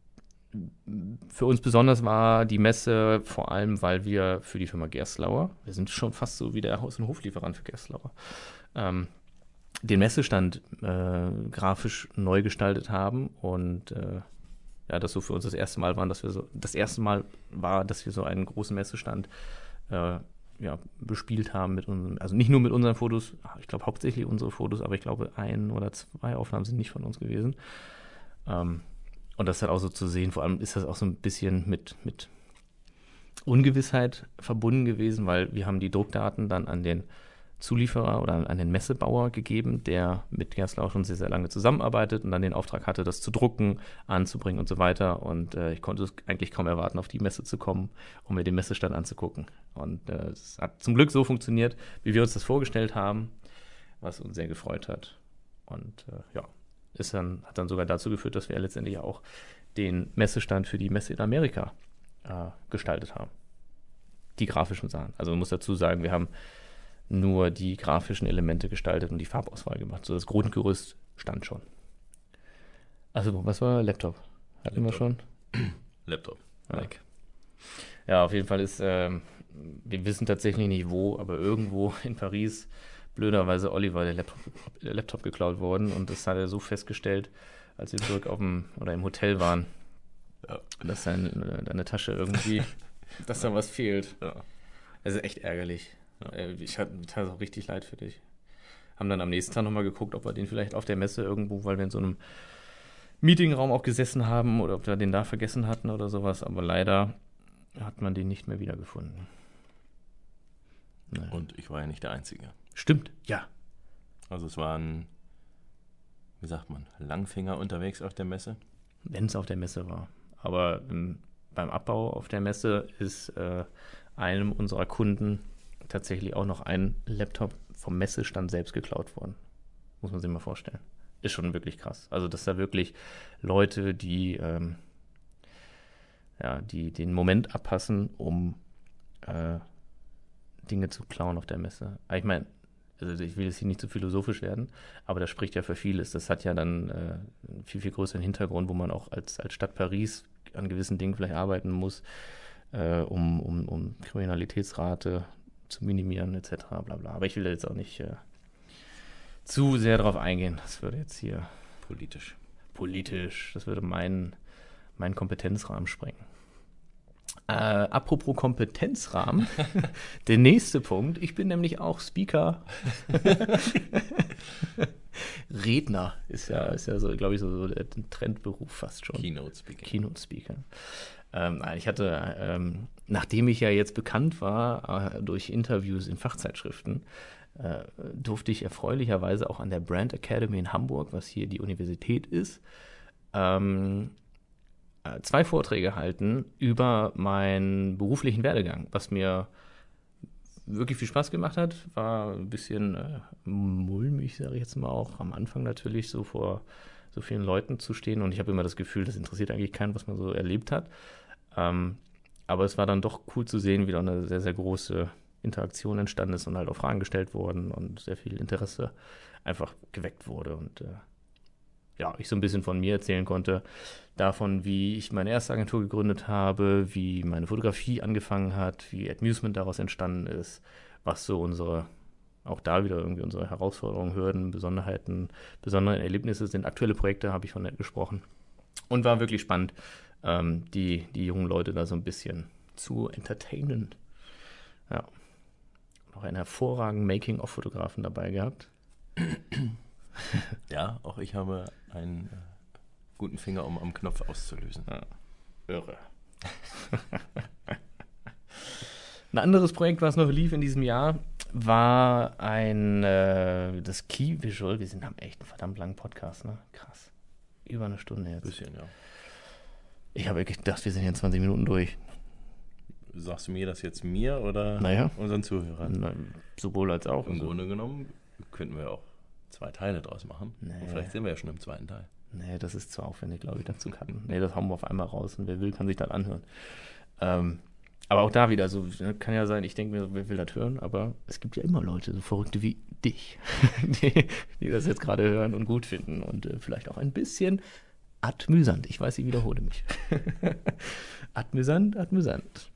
für uns besonders war die Messe vor allem, weil wir für die Firma Gerstlauer, wir sind schon fast so wie der Haus- und Hoflieferant für Gerstlauer, ähm, den Messestand äh, grafisch neu gestaltet haben und äh, ja, das so für uns das erste Mal war, dass wir so das erste Mal war, dass wir so einen großen Messestand äh, ja, bespielt haben mit unseren, also nicht nur mit unseren Fotos, ich glaube hauptsächlich unsere Fotos, aber ich glaube ein oder zwei Aufnahmen sind nicht von uns gewesen. Ähm, Und das halt auch so zu sehen, vor allem ist das auch so ein bisschen mit, mit Ungewissheit verbunden gewesen, weil wir haben die Druckdaten dann an den Zulieferer oder an den Messebauer gegeben, der mit Gerstlauer schon sehr, sehr lange zusammenarbeitet und dann den Auftrag hatte, das zu drucken, anzubringen und so weiter. Und äh, ich konnte es eigentlich kaum erwarten, auf die Messe zu kommen, um mir den Messestand anzugucken. Und äh, es hat zum Glück so funktioniert, wie wir uns das vorgestellt haben, was uns sehr gefreut hat. Und äh, ja. Ist dann, hat dann sogar dazu geführt, dass wir letztendlich auch den Messestand für die Messe in Amerika äh, gestaltet haben. Die grafischen Sachen. Also man muss dazu sagen, wir haben nur die grafischen Elemente gestaltet und die Farbauswahl gemacht. So das Grundgerüst stand schon. Also was war Laptop? Hatten wir schon? Laptop. Ja. Like. Ja, auf jeden Fall ist, ähm, wir wissen tatsächlich nicht wo, aber irgendwo in Paris blöderweise Oliver der Laptop, der Laptop geklaut worden und das hat er so festgestellt, als wir zurück auf dem oder im Hotel waren, ja. dass deine, deine Tasche irgendwie, dass da was fehlt. Ja. Also echt ärgerlich. Ja. Ich hatte, mir tat auch richtig leid für dich. haben dann am nächsten Tag nochmal geguckt, ob wir den vielleicht auf der Messe irgendwo, weil wir in so einem Meetingraum auch gesessen haben oder ob wir den da vergessen hatten oder sowas. Aber leider hat man den nicht mehr wiedergefunden. Naja. Und ich war ja nicht der Einzige. Stimmt, ja. Also es waren, wie sagt man, Langfinger unterwegs auf der Messe? Wenn es auf der Messe war. Aber ähm, beim Abbau auf der Messe ist äh, einem unserer Kunden tatsächlich auch noch ein Laptop vom Messestand selbst geklaut worden. Muss man sich mal vorstellen. Ist schon wirklich krass. Also, dass da wirklich Leute, die, ähm, ja, die den Moment abpassen, um äh, Dinge zu klauen auf der Messe. Aber ich meine, also ich will jetzt hier nicht zu philosophisch werden, aber das spricht ja für vieles. Das hat ja dann äh, einen viel, viel größeren Hintergrund, wo man auch als, als Stadt Paris an gewissen Dingen vielleicht arbeiten muss, äh, um, um, um Kriminalitätsrate zu minimieren, et cetera. Bla bla. Aber ich will da jetzt auch nicht äh, zu sehr drauf eingehen. Das würde jetzt hier politisch. Politisch, das würde meinen meinen Kompetenzrahmen sprengen. Äh, apropos Kompetenzrahmen, der nächste Punkt. Ich bin nämlich auch Speaker. Redner ist ja, ist ja so, glaube ich, so, so der Trendberuf fast schon. Keynote Speaker. Keynote Speaker. Ähm, ich hatte, ähm, nachdem ich ja jetzt bekannt war äh, durch Interviews in Fachzeitschriften, äh, durfte ich erfreulicherweise auch an der Brand Academy in Hamburg, was hier die Universität ist, ähm, äh, zwei Vorträge halten über meinen beruflichen Werdegang, was mir wirklich viel Spaß gemacht hat. War ein bisschen äh, mulmig, sage ich jetzt mal auch, am Anfang natürlich so vor so vielen Leuten zu stehen, und ich habe immer das Gefühl, das interessiert eigentlich keinen, was man so erlebt hat. Ähm, aber es war dann doch cool zu sehen, wie da eine sehr, sehr große Interaktion entstanden ist und halt auch Fragen gestellt wurden und sehr viel Interesse einfach geweckt wurde. Und äh, ja, ich so ein bisschen von mir erzählen konnte, davon, wie ich meine erste Agentur gegründet habe, wie meine Fotografie angefangen hat, wie Amusement daraus entstanden ist, was so unsere, auch da wieder irgendwie unsere Herausforderungen, Hürden, Besonderheiten, besondere Erlebnisse sind. Aktuelle Projekte habe ich von net gesprochen. Und war wirklich spannend, ähm, die, die jungen Leute da so ein bisschen zu entertainen. Ja. Noch einen hervorragenden Making-of-Fotografen dabei gehabt. Ja, auch ich habe einen äh, guten Finger, um am Knopf auszulösen. Ja. Irre. Ein anderes Projekt, was noch lief in diesem Jahr, war ein äh, das Key Visual. Wir sind am echt einen verdammt langen Podcast, ne? Krass. Über eine Stunde jetzt. Bisschen, ja. Ich habe gedacht, wir sind hier in zwanzig Minuten durch. Sagst du mir das jetzt mir oder naja. unseren Zuhörern? Na, sowohl als auch. Im also. Grunde genommen könnten wir auch zwei Teile draus machen. Nee. Und vielleicht sind wir ja schon im zweiten Teil. Nee, das ist zu aufwendig, glaube ich, dazu cutten. Nee, das hauen wir auf einmal raus und wer will, kann sich das anhören. Ähm, aber auch da wieder, so kann ja sein, ich denke mir, wer will das hören, aber es gibt ja immer Leute, so Verrückte wie dich, die, die das jetzt gerade hören und gut finden und äh, vielleicht auch ein bisschen amüsant. Ich weiß, ich wiederhole mich. amüsant, amüsant.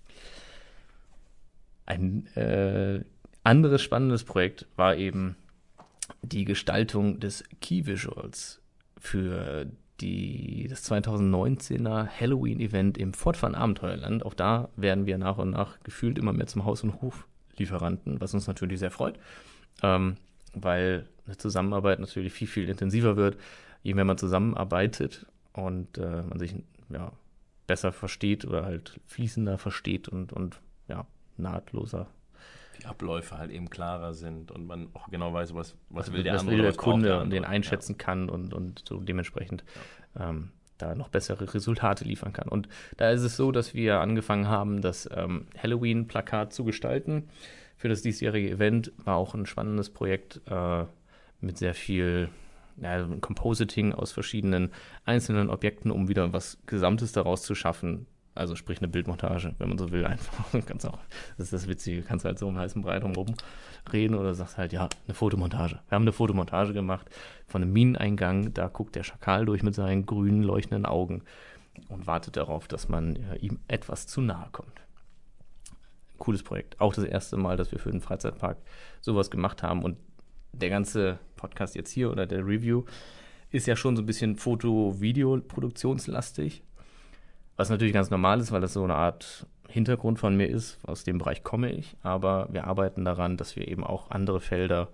Ein äh, anderes spannendes Projekt war eben die Gestaltung des Key Visuals für die, das zwanzig neunzehner Halloween-Event im Fortfahren Abenteuerland. Auch da werden wir nach und nach gefühlt immer mehr zum Haus- und Hoflieferanten, was uns natürlich sehr freut, ähm, weil eine Zusammenarbeit natürlich viel, viel intensiver wird, je mehr man zusammenarbeitet und äh, man sich ja, besser versteht oder halt fließender versteht und, und ja, nahtloser. Die Abläufe halt eben klarer sind und man auch genau weiß, was, was also, will der was andere, will der was Kunde der und den andere. einschätzen ja. kann und, und so dementsprechend ja. ähm, da noch bessere Resultate liefern kann. Und da ist es so, dass wir angefangen haben, das ähm, Halloween-Plakat zu gestalten. Für das diesjährige Event war auch ein spannendes Projekt äh, mit sehr viel ja, Compositing aus verschiedenen einzelnen Objekten, um wieder was Gesamtes daraus zu schaffen. Also sprich eine Bildmontage, wenn man so will, einfach. Kannst auch, das ist das Witzige, kannst halt so im heißen Brei drumherum reden oder sagst halt, ja, eine Fotomontage. Wir haben eine Fotomontage gemacht von einem Mineneingang, da guckt der Schakal durch mit seinen grünen, leuchtenden Augen und wartet darauf, dass man äh, ihm etwas zu nahe kommt. Cooles Projekt. Auch das erste Mal, dass wir für den Freizeitpark sowas gemacht haben, und der ganze Podcast jetzt hier oder der Review ist ja schon so ein bisschen Foto-Video-Produktionslastig. Was natürlich ganz normal ist, weil das so eine Art Hintergrund von mir ist. Aus dem Bereich komme ich. Aber wir arbeiten daran, dass wir eben auch andere Felder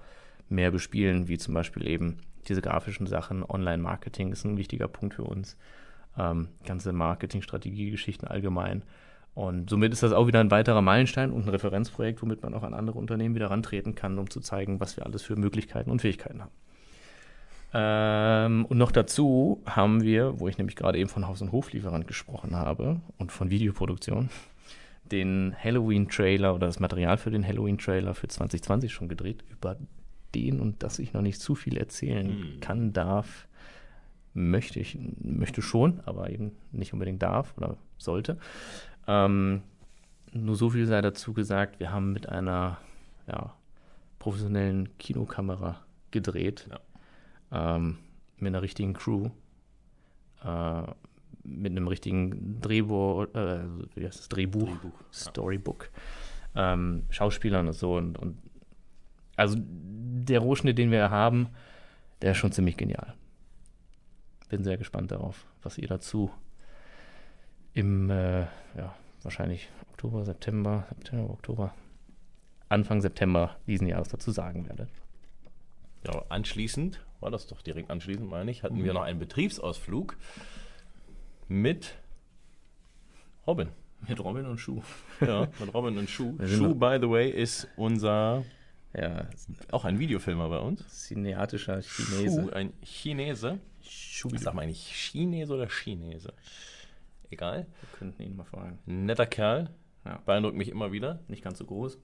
mehr bespielen, wie zum Beispiel eben diese grafischen Sachen. Online-Marketing ist ein wichtiger Punkt für uns. Ähm, ganze Marketing-Strategie-Geschichten allgemein. Und somit ist das auch wieder ein weiterer Meilenstein und ein Referenzprojekt, womit man auch an andere Unternehmen wieder rantreten kann, um zu zeigen, was wir alles für Möglichkeiten und Fähigkeiten haben. Ähm, und noch dazu haben wir, wo ich nämlich gerade eben von Haus- und Hoflieferant gesprochen habe und von Videoproduktion, den Halloween-Trailer oder das Material für den Halloween-Trailer für zwanzig zwanzig schon gedreht, über den und dass ich noch nicht zu viel erzählen hm. kann, darf, möchte ich, möchte schon, aber eben nicht unbedingt darf oder sollte. Ähm, nur so viel sei dazu gesagt, wir haben mit einer ja, professionellen Kinokamera gedreht, ja. ähm, mit einer richtigen Crew, äh, mit einem richtigen Drehbuch, äh, wie heißt das? Drehbuch, Drehbuch Storybook, ja. ähm, Schauspielern und so. Und, und also der Rohschnitt, den wir haben, der ist schon ziemlich genial. Bin sehr gespannt darauf, was ihr dazu im, äh, ja, wahrscheinlich Oktober, September, September, Oktober, Anfang September diesen Jahres dazu sagen werdet. Ja, anschließend, war das doch direkt anschließend, meine ich, hatten mhm. wir noch einen Betriebsausflug mit Robin. Mit Robin und Schuh. Ja, mit Robin und Schuh. Schuh, by the way, ist unser, ja, auch ein Videofilmer bei uns. Cineatischer Chinese. Schuh, ein Chinese. Schuh, ich sag mal eigentlich Chinese oder Chinese? Egal. Wir könnten ihn mal fragen. Netter Kerl. Ja. Beeindruckt mich immer wieder. Nicht ganz so groß.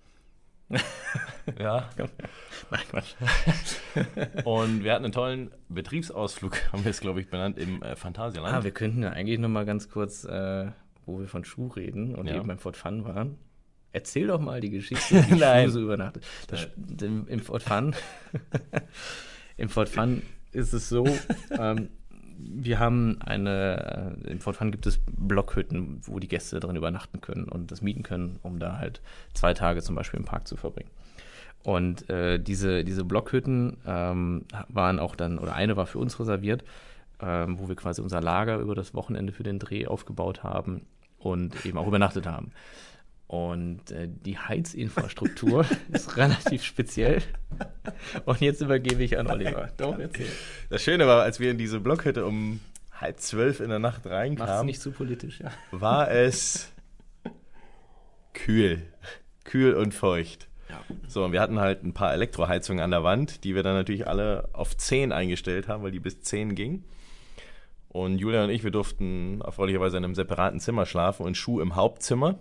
Ja. Nein, Quatsch. Und wir hatten einen tollen Betriebsausflug, haben wir es, glaube ich, benannt, im äh, Phantasialand. Ah, wir könnten ja eigentlich noch mal ganz kurz, äh, wo wir von Schuh reden und ja. eben beim Fort Fun waren. Erzähl doch mal die Geschichte, wie Nein. Schuh so übernachtet. Das, im, Im Fort Fun im Fort Fun ist es so, ähm, wir haben eine, äh, im Fort Fun gibt es Blockhütten, wo die Gäste drin übernachten können und das mieten können, um da halt zwei Tage zum Beispiel im Park zu verbringen. Und äh, diese, diese Blockhütten ähm, waren auch dann, oder eine war für uns reserviert, ähm, wo wir quasi unser Lager über das Wochenende für den Dreh aufgebaut haben und eben auch übernachtet haben. Und äh, die Heizinfrastruktur ist relativ speziell. Und jetzt übergebe ich an Oliver. Doch, erzähl. Das Schöne war, als wir in diese Blockhütte um halb zwölf in der Nacht reinkamen, mach's nicht zu politisch, ja. war es kühl. Kühl und feucht. Ja. So, und wir hatten halt ein paar Elektroheizungen an der Wand, die wir dann natürlich alle auf zehn eingestellt haben, weil die bis zehn ging. Und Julia und ich, wir durften erfreulicherweise in einem separaten Zimmer schlafen und Schuh im Hauptzimmer.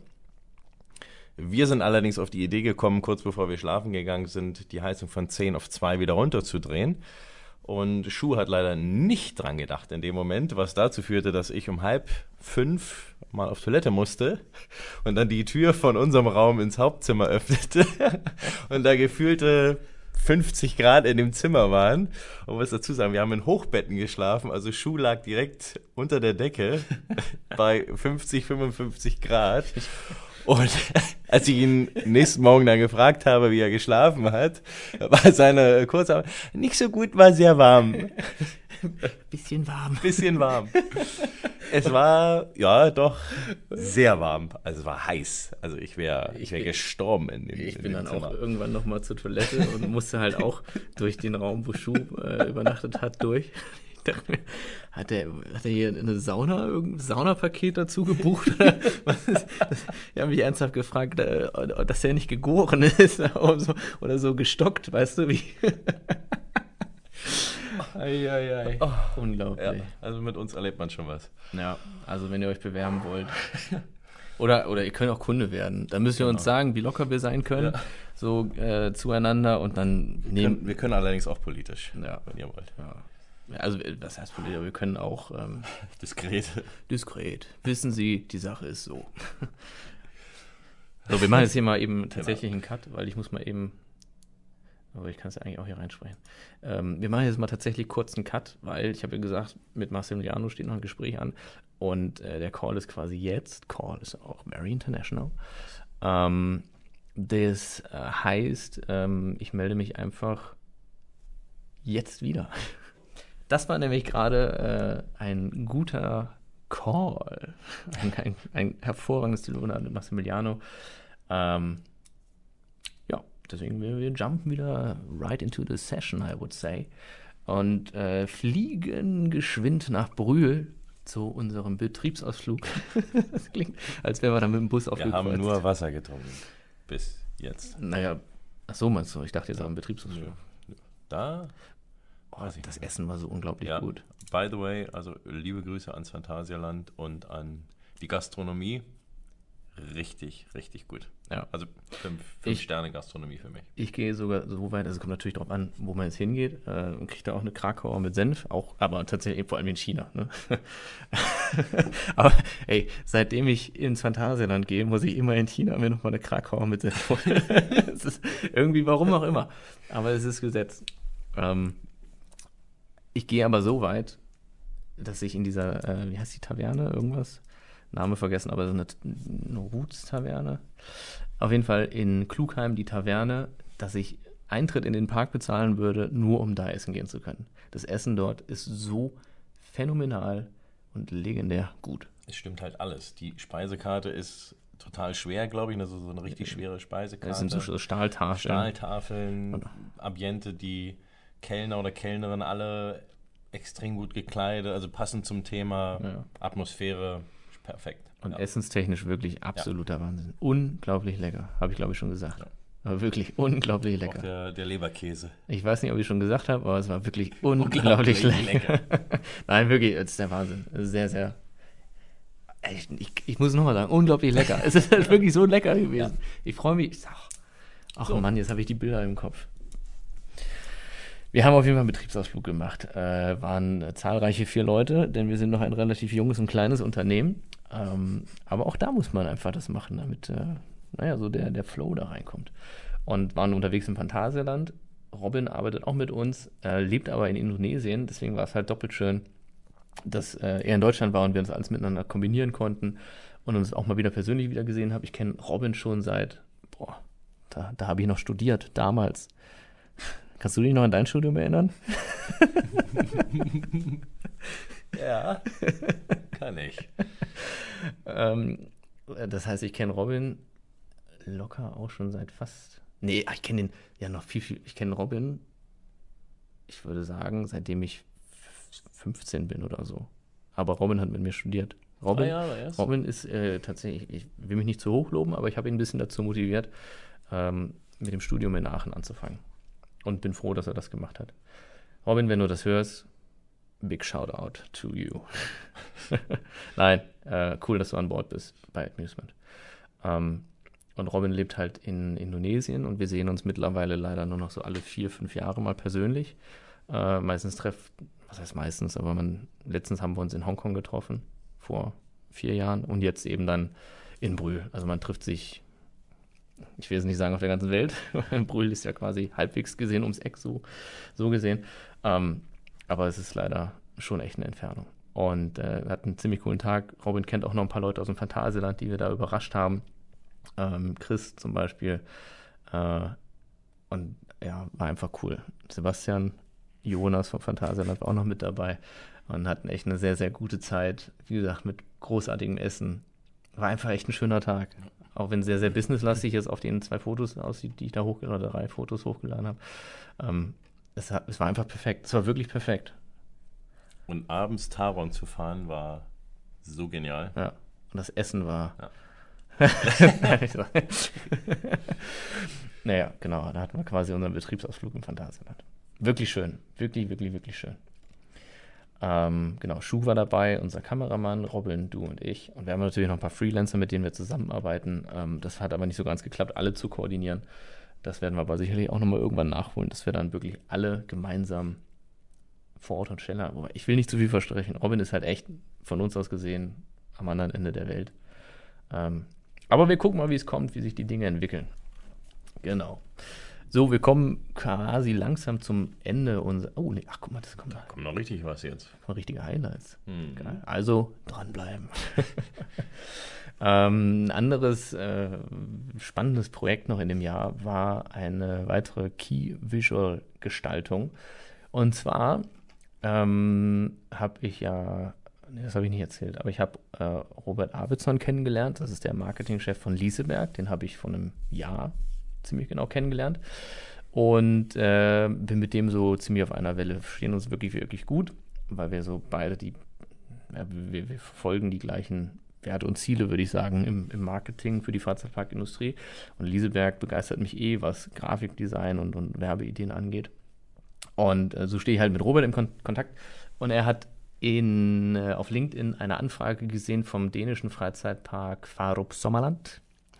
Wir sind allerdings auf die Idee gekommen, kurz bevor wir schlafen gegangen sind, die Heizung von zehn auf zwei wieder runterzudrehen. Und Schuh hat leider nicht dran gedacht in dem Moment, was dazu führte, dass ich um halb fünf mal auf Toilette musste und dann die Tür von unserem Raum ins Hauptzimmer öffnete und da gefühlte fünfzig Grad in dem Zimmer waren. Und was dazu sagen, wir haben in Hochbetten geschlafen, also Schuh lag direkt unter der Decke bei fünfzig, fünfundfünfzig Grad. Und als ich ihn nächsten Morgen dann gefragt habe, wie er geschlafen hat, war seine Kurzarbeit nicht so gut, war sehr warm. Bisschen warm. Bisschen warm. Es war, ja, doch sehr warm. Also es war heiß. Also ich wäre ich wär gestorben in dem Ich in bin dem dann Zimmer. auch irgendwann nochmal zur Toilette und musste halt auch durch den Raum, wo Schuh äh, übernachtet hat, durch. Ich dachte mir, hat er, hat er hier eine Sauna, irgendein Saunapaket dazu gebucht? Oder was ist, ich habe mich ernsthaft gefragt, äh, dass er nicht gegoren ist oder so, oder so gestockt, weißt du, wie? Ei, ei, ei. Oh, unglaublich. Ja, also mit uns erlebt man schon was. Ja, also wenn ihr euch bewerben wollt. Oder, oder ihr könnt auch Kunde werden. Dann müsst ihr genau. uns sagen, wie locker wir sein können, ja. so äh, zueinander und dann wir nehmen. Können, wir können allerdings auch politisch, ja. wenn ihr wollt. Ja. Also, was heißt politisch? Wir können auch ähm, diskret. Diskret. Wissen Sie, die Sache ist so. So, wir machen jetzt hier mal eben tatsächlich genau. einen Cut, weil ich muss mal eben. Aber ich kann es ja eigentlich auch hier reinsprechen. Ähm, wir machen jetzt mal tatsächlich kurz einen Cut, weil ich habe ja gesagt, mit Massimiliano steht noch ein Gespräch an und äh, der Call ist quasi jetzt. Call ist auch very international. Ähm, das äh, heißt, ähm, ich melde mich einfach jetzt wieder. Das war nämlich gerade äh, ein guter Call. Ein, ein, ein hervorragendes Telefonat mit Massimiliano. Ähm, deswegen, wir, wir jumpen wieder right into the session, I would say. Und äh, fliegen geschwind nach Brühl zu unserem Betriebsausflug. Das klingt, als wären wir da mit dem Bus Wir aufgekreuzt. haben nur Wasser getrunken. Bis jetzt. Naja, ach so meinst du, ich dachte jetzt ja. am Betriebsausflug. Da? Oh, das Essen war so unglaublich ja. gut. By the way, also liebe Grüße ans Phantasialand und an die Gastronomie. Richtig, richtig gut. Ja. Also fünf, fünf Sterne Gastronomie für mich. Ich gehe sogar so weit, also es kommt natürlich darauf an, wo man jetzt hingeht. Äh, und kriegt da auch eine Krakauer mit Senf, auch, aber tatsächlich vor allem in China. Ne? Aber ey, seitdem ich ins Phantasialand gehe, muss ich immer in China mir nochmal eine Krakauer mit Senf holen. Das ist irgendwie, warum auch immer. Aber es ist Gesetz. Ähm, ich gehe aber so weit, dass ich in dieser, äh, wie heißt die Taverne, irgendwas? Name vergessen, aber so eine, eine Roots-Taverne. Auf jeden Fall in Klugheim die Taverne, dass ich Eintritt in den Park bezahlen würde, nur um da essen gehen zu können. Das Essen dort ist so phänomenal und legendär gut. Es stimmt halt alles. Die Speisekarte ist total schwer, glaube ich. Also so eine richtig schwere Speisekarte. Das sind so Stahltafeln. Stahltafeln, Ambiente, die Kellner oder Kellnerin alle extrem gut gekleidet, also passend zum Thema, ja. Atmosphäre. Perfekt. Und ja. essenstechnisch wirklich absoluter ja. Wahnsinn. Unglaublich lecker, habe ich glaube ich schon gesagt. Ja. Aber wirklich unglaublich lecker. Auch der, der Leberkäse. Ich weiß nicht, ob ich schon gesagt habe, aber es war wirklich unglaublich, unglaublich lecker. lecker. Nein, wirklich, das ist der Wahnsinn. Sehr, sehr. Ich, ich, ich muss es nochmal sagen, unglaublich lecker. Es ist halt wirklich so lecker gewesen. Ja. Ich freue mich. Ach, ach so. Mann, jetzt habe ich die Bilder im Kopf. Wir haben auf jeden Fall einen Betriebsausflug gemacht. Äh, waren zahlreiche vier Leute, denn wir sind noch ein relativ junges und kleines Unternehmen. Ähm, aber auch da muss man einfach das machen, damit äh, naja, so der, der Flow da reinkommt. Und waren unterwegs im Phantasialand. Robin arbeitet auch mit uns, äh, lebt aber in Indonesien. Deswegen war es halt doppelt schön, dass äh, er in Deutschland war und wir uns alles miteinander kombinieren konnten und uns auch mal wieder persönlich wieder gesehen haben. Ich kenne Robin schon seit, boah, da, da habe ich noch studiert, damals. Kannst du dich noch an dein Studium erinnern? Ja, kann ich. ähm, das heißt, ich kenne Robin locker auch schon seit fast... Nee, ich kenne den ja noch viel, viel... Ich kenne Robin, ich würde sagen, seitdem ich fünfzehn bin oder so. Aber Robin hat mit mir studiert. Robin, Jahre Robin ist äh, tatsächlich... Ich will mich nicht zu hoch loben, aber ich habe ihn ein bisschen dazu motiviert, ähm, mit dem Studium in Aachen anzufangen. Und bin froh, dass er das gemacht hat. Robin, wenn du das hörst, big shout out to you. Nein, äh, cool, dass du an Bord bist bei Amusement. Ähm, und Robin lebt halt in Indonesien und wir sehen uns mittlerweile leider nur noch so alle vier, fünf Jahre mal persönlich. Äh, meistens treffen, was heißt meistens, aber man, letztens haben wir uns in Hongkong getroffen, vor vier Jahren und jetzt eben dann in Brühl. Also man trifft sich, ich will jetzt nicht sagen auf der ganzen Welt, Brühl ist ja quasi halbwegs gesehen ums Eck, so, so gesehen. Ähm, aber es ist leider schon echt eine Entfernung. Und äh, wir hatten einen ziemlich coolen Tag. Robin kennt auch noch ein paar Leute aus dem Phantasialand, die wir da überrascht haben. Ähm, Chris zum Beispiel. Äh, und ja, war einfach cool. Sebastian, Jonas vom Phantasialand war auch noch mit dabei und hatten echt eine sehr, sehr gute Zeit. Wie gesagt, mit großartigem Essen. War einfach echt ein schöner Tag. Auch wenn es sehr, sehr businesslastig ist, auf den zwei Fotos aussieht, die ich da hochgeladen oder drei Fotos hochgeladen habe. Ähm, es, hat, es war einfach perfekt. Es war wirklich perfekt. Und abends Taron zu fahren war so genial. Ja, und das Essen war... Ja. Naja, genau, da hatten wir quasi unseren Betriebsausflug im Phantasialand. Wirklich schön, wirklich, wirklich, wirklich schön. Ähm, genau, Schuh war dabei, unser Kameramann, Robin, du und ich. Und wir haben natürlich noch ein paar Freelancer, mit denen wir zusammenarbeiten. Ähm, das hat aber nicht so ganz geklappt, alle zu koordinieren. Das werden wir aber sicherlich auch nochmal irgendwann nachholen, dass wir dann wirklich alle gemeinsam vor Ort und schneller. Ich will nicht zu viel versprechen. Robin ist halt echt von uns aus gesehen am anderen Ende der Welt. Ähm, aber wir gucken mal, wie es kommt, wie sich die Dinge entwickeln. Genau. So, wir kommen quasi langsam zum Ende unserer... Oh, nee, ach, guck mal, das kommt... Da kommt noch richtig was jetzt. Mal richtige Highlights. Hm. Geil. Also, dranbleiben. ähm, ein anderes äh, spannendes Projekt noch in dem Jahr war eine weitere Key-Visual-Gestaltung. Und zwar ähm, habe ich ja... Nee, das habe ich nicht erzählt, aber ich habe äh, Robert Arvidsson kennengelernt. Das ist der Marketingchef von Lieseberg. Den habe ich vor einem Jahr ziemlich genau kennengelernt und äh, bin mit dem so ziemlich auf einer Welle, verstehen uns wirklich, wirklich gut, weil wir so beide die, ja, wir, wir verfolgen die gleichen Werte und Ziele, würde ich sagen, im, im Marketing für die Freizeitparkindustrie. Und Lieseberg begeistert mich eh, was Grafikdesign und, und Werbeideen angeht. Und äh, so stehe ich halt mit Robert im Kon- Kontakt. Und er hat in, äh, auf LinkedIn eine Anfrage gesehen vom dänischen Freizeitpark Farup Sommerland,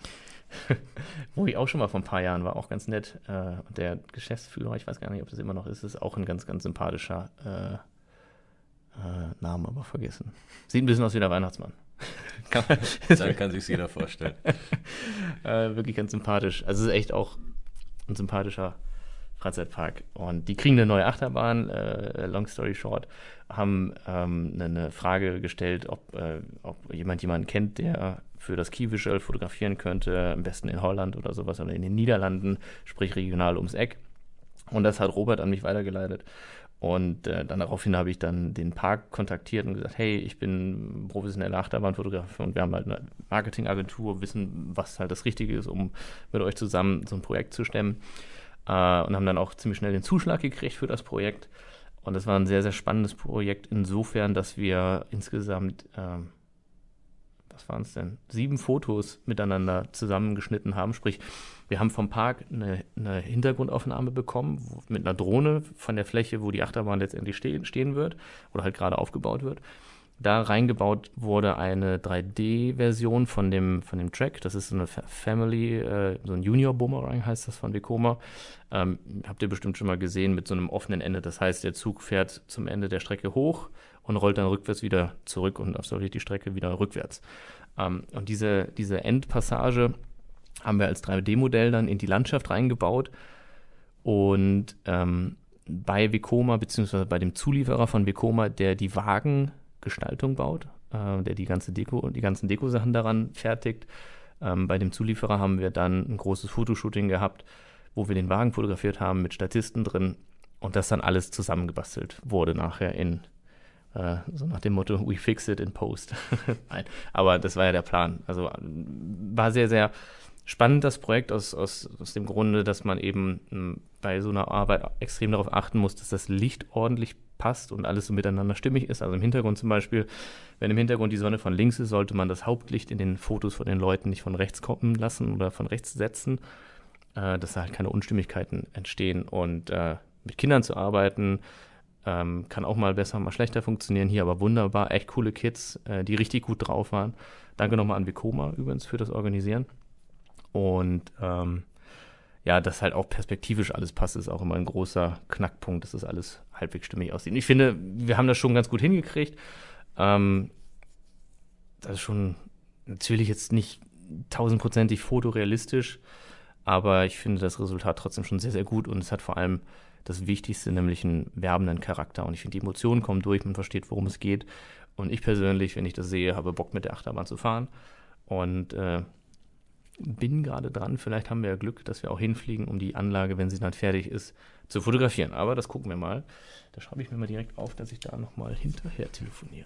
wo ich auch schon mal vor ein paar Jahren war, auch ganz nett. Äh, und der Geschäftsführer, ich weiß gar nicht, ob das immer noch ist, ist auch ein ganz, ganz sympathischer äh, äh, Name, aber vergessen. Sieht ein bisschen aus wie der Weihnachtsmann. Kann man, dann kann sich jeder vorstellen. äh, wirklich ganz sympathisch. Also es ist echt auch ein sympathischer Freizeitpark. Und die kriegen eine neue Achterbahn, äh, long story short, haben ähm, eine Frage gestellt, ob, äh, ob jemand jemanden kennt, der für das Key Visual fotografieren könnte, am besten in Holland oder sowas oder in den Niederlanden, sprich regional ums Eck. Und das hat Robert an mich weitergeleitet. Und äh, dann daraufhin habe ich dann den Park kontaktiert und gesagt, hey, ich bin professioneller Achterbahnfotograf und wir haben halt eine Marketingagentur, wissen, was halt das Richtige ist, um mit euch zusammen so ein Projekt zu stemmen. Äh, und haben dann auch ziemlich schnell den Zuschlag gekriegt für das Projekt. Und das war ein sehr, sehr spannendes Projekt insofern, dass wir insgesamt, ähm, was waren es denn, sieben Fotos miteinander zusammengeschnitten haben. Sprich, wir haben vom Park eine, eine Hintergrundaufnahme bekommen wo, mit einer Drohne von der Fläche, wo die Achterbahn letztendlich stehen, stehen wird oder halt gerade aufgebaut wird. Da reingebaut wurde eine drei D-Version von dem, von dem Track. Das ist so eine Family, äh, so ein Junior Boomerang heißt das von Vekoma. Ähm, habt ihr bestimmt schon mal gesehen mit so einem offenen Ende. Das heißt, der Zug fährt zum Ende der Strecke hoch und rollt dann rückwärts wieder zurück und absolviert die Strecke wieder rückwärts. Ähm, und diese, diese Endpassage haben wir als drei D-Modell dann in die Landschaft reingebaut und ähm, bei Vekoma, beziehungsweise bei dem Zulieferer von Vekoma, der die Wagengestaltung baut, äh, der die ganze Deko, die ganzen Deko-Sachen daran fertigt, ähm, bei dem Zulieferer haben wir dann ein großes Fotoshooting gehabt, wo wir den Wagen fotografiert haben mit Statisten drin und das dann alles zusammengebastelt wurde nachher in äh, so nach dem Motto, we fix it in post. Nein, aber das war ja der Plan. Also war sehr, sehr spannend, das Projekt, aus, aus, aus dem Grunde, dass man eben m, bei so einer Arbeit extrem darauf achten muss, dass das Licht ordentlich passt und alles so miteinander stimmig ist. Also im Hintergrund zum Beispiel, wenn im Hintergrund die Sonne von links ist, sollte man das Hauptlicht in den Fotos von den Leuten nicht von rechts kommen lassen oder von rechts setzen, äh, dass da halt keine Unstimmigkeiten entstehen. Und äh, mit Kindern zu arbeiten, ähm, kann auch mal besser, mal schlechter funktionieren. Hier aber wunderbar, echt coole Kids, äh, die richtig gut drauf waren. Danke nochmal an Vekoma übrigens für das Organisieren. Und ähm, ja, dass halt auch perspektivisch alles passt, ist auch immer ein großer Knackpunkt, dass das alles halbwegs stimmig aussieht. Und ich finde, wir haben das schon ganz gut hingekriegt. Ähm, das ist schon natürlich jetzt nicht tausendprozentig fotorealistisch, aber ich finde das Resultat trotzdem schon sehr, sehr gut und es hat vor allem das Wichtigste, nämlich einen werbenden Charakter. Und ich finde, die Emotionen kommen durch, man versteht, worum es geht. Und ich persönlich, wenn ich das sehe, habe Bock, mit der Achterbahn zu fahren. Und äh, bin gerade dran, vielleicht haben wir ja Glück, dass wir auch hinfliegen, um die Anlage, wenn sie dann fertig ist, zu fotografieren. Aber das gucken wir mal. Da schreibe ich mir mal direkt auf, dass ich da nochmal hinterher telefoniere.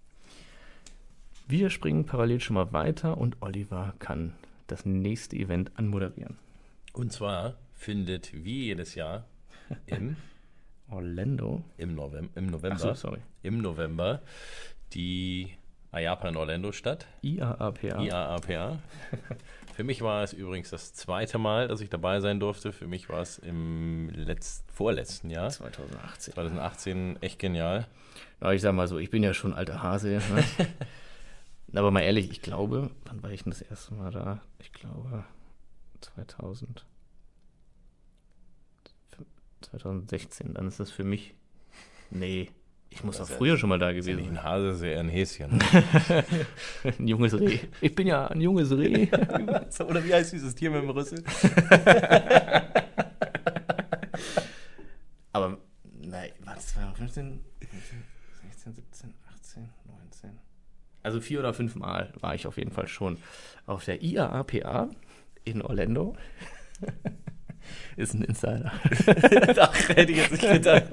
Wir springen parallel schon mal weiter und Oliver kann das nächste Event anmoderieren. Und zwar findet wie jedes Jahr im Orlando im, Novem- im November, Ach so, sorry. im November die I A A P A in Orlando statt. I A A P A. I A A P A. Für mich war es übrigens das zweite Mal, dass ich dabei sein durfte. Für mich war es im letzt, vorletzten Jahr. zwanzig achtzehn. zwanzig achtzehn echt genial. Na, ich sag mal so, ich bin ja schon alter Hase. Ne? Aber mal ehrlich, ich glaube, wann war ich denn das erste Mal da? Ich glaube zweitausend, zweitausendsechzehn. Dann ist das für mich, nee, ich muss Das auch ist früher ja- schon mal da Das ist ja gewesen nicht sein. ein Hase, das ist ja eher ein Häschen. Ein junges Reh. Ich bin ja ein junges Reh. Oder wie heißt dieses Tier mit dem Rüssel? Aber, nein, war das zweitausendfünfzehn, sechzehn, siebzehn, achtzehn, neunzehn? Also vier oder fünf Mal war ich auf jeden Fall schon auf der I A A P A in Orlando. Ist ein Insider. Ach, hätte ich jetzt nicht gedacht.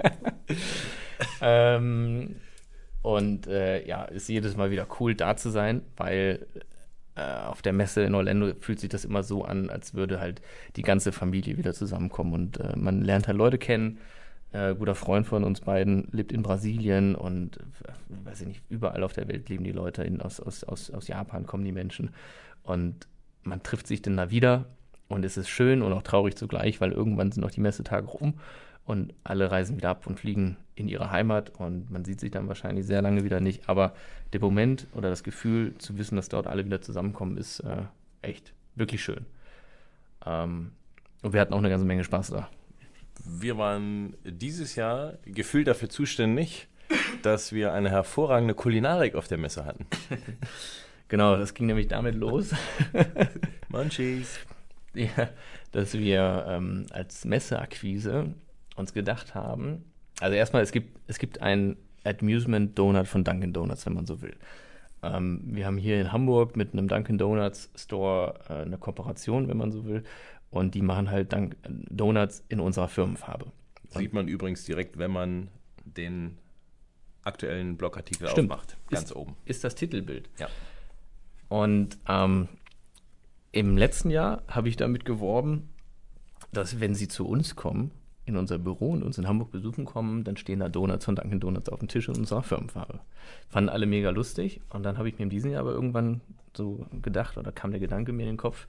ähm, und äh, ja, ist jedes Mal wieder cool da zu sein, weil auf der Messe in Orlando fühlt sich das immer so an, als würde halt die ganze Familie wieder zusammenkommen und äh, man lernt halt Leute kennen. Äh, guter Freund von uns beiden lebt in Brasilien und äh, weiß ich nicht, überall auf der Welt leben die Leute, in, aus, aus, aus, aus Japan kommen die Menschen und man trifft sich dann da wieder und es ist schön und auch traurig zugleich, weil irgendwann sind auch die Messetage rum und alle reisen wieder ab und fliegen in ihre Heimat und man sieht sich dann wahrscheinlich sehr lange wieder nicht, aber der Moment oder das Gefühl zu wissen, dass dort alle wieder zusammenkommen, ist äh, echt wirklich schön. Ähm, und wir hatten auch eine ganze Menge Spaß da. Wir waren dieses Jahr gefühlt dafür zuständig, dass wir eine hervorragende Kulinarik auf der Messe hatten. Genau, das ging nämlich damit los, Munchies. ja, dass wir ähm, als Messeakquise uns gedacht haben, also erstmal, es gibt, es gibt ein Amusement Donut von Dunkin' Donuts, wenn man so will. Ähm, wir haben hier in Hamburg mit einem Dunkin' Donuts Store äh, eine Kooperation, wenn man so will, und die machen halt Dunk- Donuts in unserer Firmenfarbe. Sieht man übrigens direkt, wenn man den aktuellen Blogartikel Stimmt. aufmacht. Ganz ist, oben. Ist das Titelbild. Ja. Und ähm, im letzten Jahr habe ich damit geworben, dass wenn sie zu uns kommen, in unser Büro und uns in Hamburg besuchen kommen, dann stehen da Donuts von Dunkin' Donuts auf dem Tisch in unserer Firmenfarbe. Fanden alle mega lustig und dann habe ich mir in diesem Jahr aber irgendwann so gedacht oder kam der Gedanke mir in den Kopf,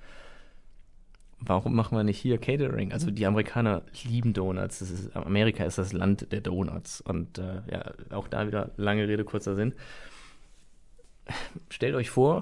warum machen wir nicht hier Catering? Also die Amerikaner lieben Donuts. Das ist, Amerika ist das Land der Donuts und äh, ja, auch da wieder lange Rede, kurzer Sinn. Stellt euch vor,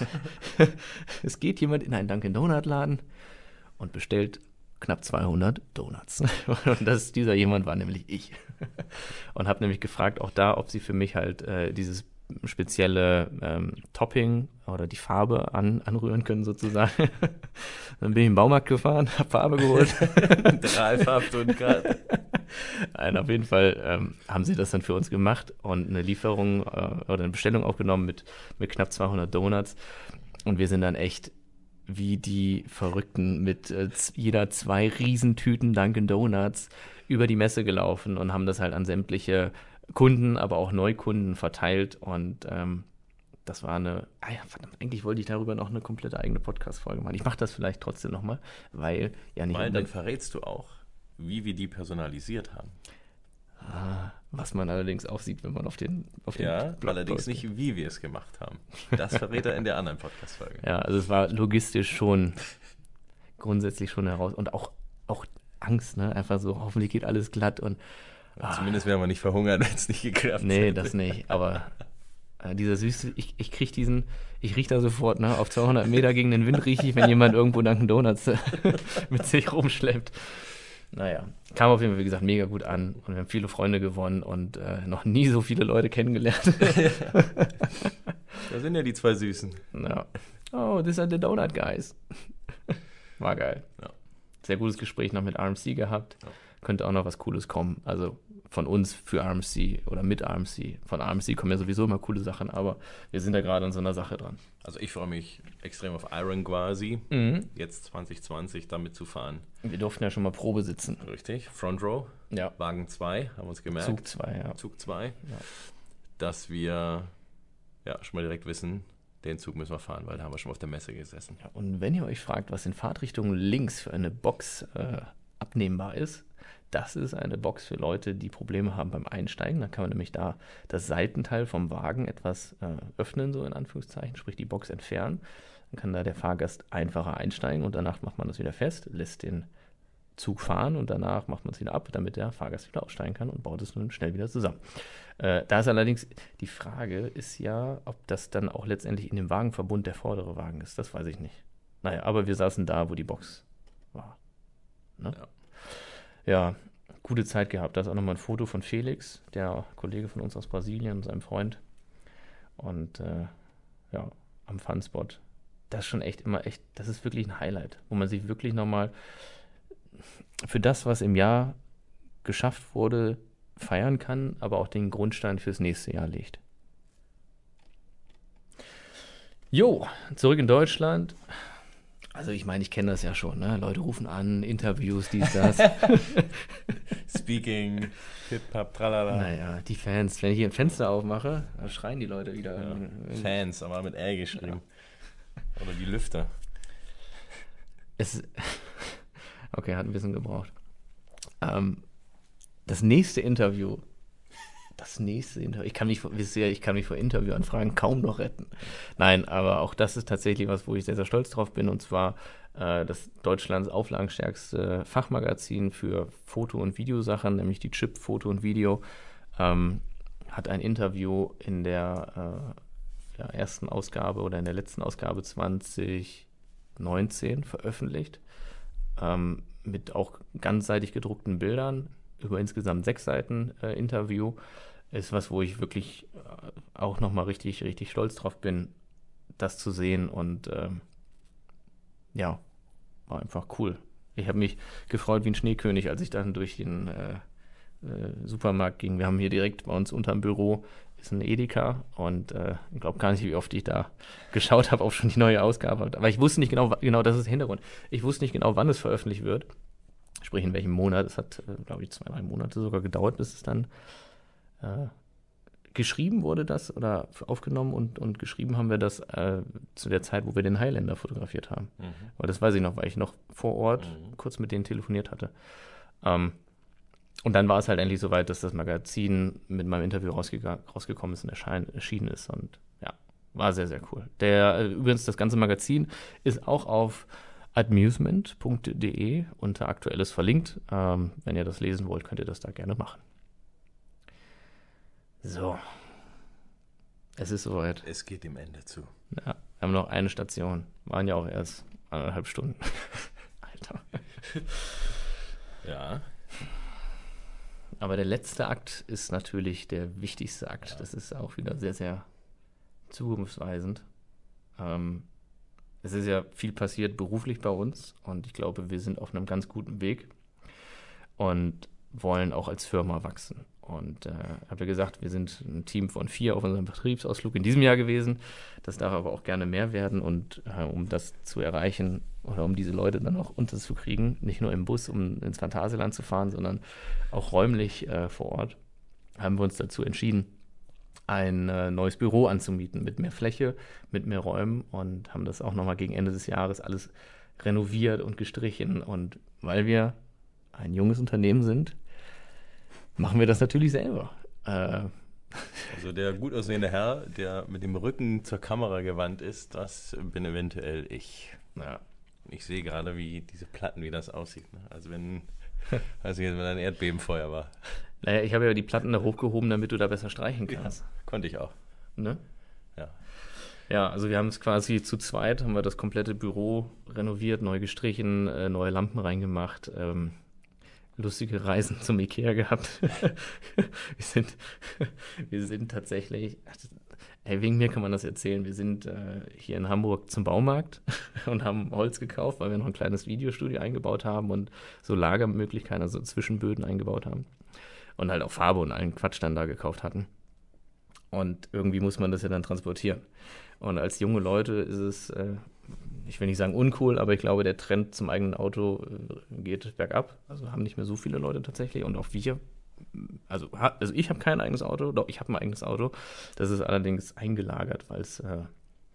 es geht jemand in einen Dunkin' Donut Laden und bestellt knapp zweihundert Donuts. Und das, dieser jemand war nämlich ich. Und habe nämlich gefragt, auch da, ob sie für mich halt äh, dieses spezielle ähm, Topping oder die Farbe an, anrühren können sozusagen. Dann bin ich in den Baumarkt gefahren, habe Farbe geholt. Drei Farbstunden gerade. Nein, auf jeden Fall ähm, haben sie das dann für uns gemacht und eine Lieferung äh, oder eine Bestellung aufgenommen mit, mit knapp zweihundert Donuts. Und wir sind dann echt wie die Verrückten mit äh, jeder zwei Riesentüten Dunkin' Donuts über die Messe gelaufen und haben das halt an sämtliche Kunden, aber auch Neukunden verteilt und ähm, das war eine, ah ja, verdammt, eigentlich wollte ich darüber noch eine komplette eigene Podcast-Folge machen. Ich mache das vielleicht trotzdem nochmal, weil ja nicht... Weil dann verrätst du auch, wie wir die personalisiert haben. Ah, was man allerdings auch sieht, wenn man auf den auf den Ja, Blog allerdings postet. nicht, wie wir es gemacht haben. Das verrät er in der anderen Podcast-Folge. Ja, also es war logistisch schon grundsätzlich schon heraus und auch, auch Angst, ne? Einfach so, hoffentlich geht alles glatt und Ja, zumindest wären wir nicht verhungert, wenn es nicht geklappt nee, hätte. das nicht, aber äh, dieser süße, ich, ich krieg diesen, ich riech da sofort, ne, auf zweihundert Meter gegen den Wind rieche ich, wenn jemand irgendwo Dunkin' Donuts mit sich rumschleppt. Naja, kam auf jeden Fall, wie gesagt, mega gut an und wir haben viele Freunde gewonnen und äh, noch nie so viele Leute kennengelernt. Da sind ja die zwei Süßen. Ja. Oh, these are the Donut Guys. War geil. Ja. Sehr gutes Gespräch noch mit R M C gehabt. Ja. Könnte auch noch was Cooles kommen. Also von uns für R M C oder mit R M C. Von R M C kommen ja sowieso immer coole Sachen, aber wir sind da gerade an so einer Sache dran. Also ich freue mich extrem auf Iron quasi, Mhm. jetzt zwanzig zwanzig damit zu fahren. Wir durften ja schon mal Probe sitzen. Richtig, Front Row, Ja. Wagen zwei, haben wir uns gemerkt. Zug zwei, ja. Zug zwei, Ja. dass wir ja schon mal direkt wissen, den Zug müssen wir fahren, weil da haben wir schon auf der Messe gesessen. Ja, und wenn ihr euch fragt, was in Fahrtrichtung links für eine Box äh, abnehmbar ist, das ist eine Box für Leute, die Probleme haben beim Einsteigen. Da kann man nämlich da das Seitenteil vom Wagen etwas äh, öffnen, so in Anführungszeichen, sprich die Box entfernen. Dann kann da der Fahrgast einfacher einsteigen und danach macht man das wieder fest, lässt den Zug fahren und danach macht man es wieder ab, damit der Fahrgast wieder aussteigen kann und baut es nun schnell wieder zusammen. Äh, da ist allerdings die Frage, ist ja, ob das dann auch letztendlich in dem Wagenverbund der vordere Wagen ist. Das weiß ich nicht. Naja, aber wir saßen da, wo die Box war. Ne? Ja. Ja, gute Zeit gehabt. Da ist auch nochmal ein Foto von Felix, der Kollege von uns aus Brasilien, und seinem Freund. Und äh, ja, am Funspot. Das ist schon echt immer echt, das ist wirklich ein Highlight, wo man sich wirklich nochmal für das, was im Jahr geschafft wurde, feiern kann, aber auch den Grundstein fürs nächste Jahr legt. Jo, zurück in Deutschland. Also ich meine, ich kenne das ja schon, ne? Leute rufen an, Interviews, dies, das. Speaking, hip hop, tralala. Naja, die Fans. Wenn ich hier ein Fenster aufmache, dann schreien die Leute wieder. Ja. Fans, aber mit L geschrieben. Oder die Lüfter. Es, okay, hat ein bisschen gebraucht. Ähm, das nächste Interview, das nächste Interview, ich kann mich, wisst ihr, ich kann mich vor Interviewanfragen kaum noch retten. Nein, aber auch das ist tatsächlich was, wo ich sehr, sehr stolz drauf bin, und zwar äh, das Deutschlands auflagenstärkste Fachmagazin für Foto- und Videosachen, nämlich die Chip Foto und Video, ähm, hat ein Interview in der äh, ja, ersten Ausgabe oder in der letzten Ausgabe zwanzig neunzehn veröffentlicht, ähm, mit auch ganzseitig gedruckten Bildern über insgesamt sechs Seiten äh, Interview. Ist was, wo ich wirklich äh, auch nochmal richtig, richtig stolz drauf bin, das zu sehen, und ähm, ja, war einfach cool. Ich habe mich gefreut wie ein Schneekönig, als ich dann durch den äh, äh, Supermarkt ging. Wir haben hier direkt bei uns unterm Büro ist ein Edeka, und äh, ich glaube gar nicht, wie oft ich da geschaut habe, ob schon die neue Ausgabe. Aber ich wusste nicht genau, genau das ist der Hintergrund. Ich wusste nicht genau, wann es veröffentlicht wird, sprich in welchem Monat. Es hat, äh, glaube ich, zwei, drei Monate sogar gedauert, bis es dann äh, geschrieben wurde, das oder aufgenommen und, und geschrieben haben wir das äh, zu der Zeit, wo wir den Highlander fotografiert haben. Mhm. Aber das weiß ich noch, weil ich noch vor Ort mhm. kurz mit denen telefoniert hatte. Ähm, Und dann war es halt endlich soweit, dass das Magazin mit meinem Interview rausge- rausgekommen ist und erschein- erschienen ist. Und ja, war sehr, sehr cool. Der, äh, übrigens, das ganze Magazin ist auch auf amusement punkt de unter Aktuelles verlinkt. Ähm, wenn ihr das lesen wollt, könnt ihr das da gerne machen. So. Es ist soweit. Es geht dem Ende zu. Ja, wir haben noch eine Station. Waren ja auch erst eineinhalb Stunden. Alter. Ja. Aber der letzte Akt ist natürlich der wichtigste Akt. Ja. Das ist auch wieder sehr, sehr zukunftsweisend. Ähm, es ist ja viel passiert beruflich bei uns, und ich glaube, wir sind auf einem ganz guten Weg und wollen auch als Firma wachsen. Und äh, habe ja gesagt, wir sind ein Team von vier auf unserem Vertriebsausflug in diesem Jahr gewesen. Das darf aber auch gerne mehr werden, und äh, um das zu erreichen oder um diese Leute dann auch unterzukriegen, nicht nur im Bus, um ins Phantasialand zu fahren, sondern auch räumlich äh, vor Ort, haben wir uns dazu entschieden, ein äh, neues Büro anzumieten mit mehr Fläche, mit mehr Räumen, und haben das auch nochmal gegen Ende des Jahres alles renoviert und gestrichen. Und weil wir ein junges Unternehmen sind, machen wir das natürlich selber. Äh, also der gut aussehende Herr, der mit dem Rücken zur Kamera gewandt ist, das bin eventuell ich. Ja. Ich sehe gerade, wie diese Platten, wie das aussieht. Ne? Also wenn, also jetzt, wenn ein Erdbebenfeuer war. Naja, ich habe ja die Platten da hochgehoben, damit du da besser streichen kannst. Ja, konnte ich auch. Ne? Ja. Ja, also wir haben es quasi zu zweit, haben wir das komplette Büro renoviert, neu gestrichen, äh, neue Lampen reingemacht, ähm, lustige Reisen zum Ikea gehabt. wir sind, wir sind tatsächlich, ey, wegen mir kann man das erzählen, wir sind äh, hier in Hamburg zum Baumarkt und haben Holz gekauft, weil wir noch ein kleines Videostudio eingebaut haben und so Lagermöglichkeiten, also Zwischenböden eingebaut haben und halt auch Farbe und allen Quatsch dann da gekauft hatten. Und irgendwie muss man das ja dann transportieren. Und als junge Leute ist es, äh, ich will nicht sagen uncool, aber ich glaube, der Trend zum eigenen Auto äh, geht bergab. Also haben nicht mehr so viele Leute tatsächlich. Und auch wir, also, ha, also ich habe kein eigenes Auto, doch, ich habe ein eigenes Auto. Das ist allerdings eingelagert, weil es äh,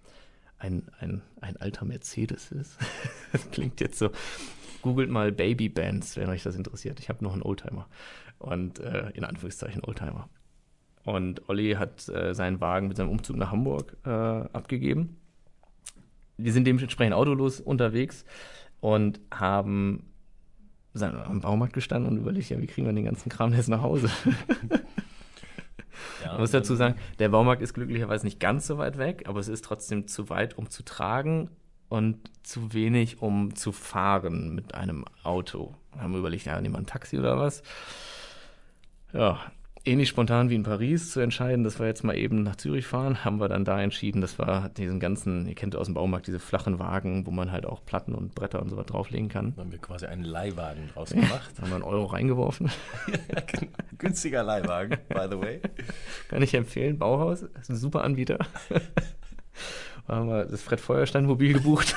ein, ein, ein alter Mercedes ist. Das klingt jetzt so. Googelt mal Baby-Bands, wenn euch das interessiert. Ich habe noch einen Oldtimer. Und äh, in Anführungszeichen Oldtimer. Und Olli hat äh, seinen Wagen mit seinem Umzug nach Hamburg äh, abgegeben. Wir sind dementsprechend autolos unterwegs und haben sind am Baumarkt gestanden und überlegt, ja, wie kriegen wir den ganzen Kram jetzt nach Hause? Ja, man muss dazu sagen, der Baumarkt ist glücklicherweise nicht ganz so weit weg, aber es ist trotzdem zu weit, um zu tragen und zu wenig, um zu fahren mit einem Auto. Wir haben überlegt, ja, nehmen wir ein Taxi oder was? Ja, ähnlich spontan wie in Paris zu entscheiden, dass wir jetzt mal eben nach Zürich fahren, haben wir dann da entschieden, dass wir diesen ganzen, ihr kennt aus dem Baumarkt, diese flachen Wagen, wo man halt auch Platten und Bretter und so was drauflegen kann. Da haben wir quasi einen Leihwagen draus gemacht. Da haben wir einen Euro reingeworfen. Ja, günstiger Leihwagen, by the way. Kann ich empfehlen, Bauhaus, ist ein super Anbieter. Da haben wir das Fred Feuerstein Mobil gebucht.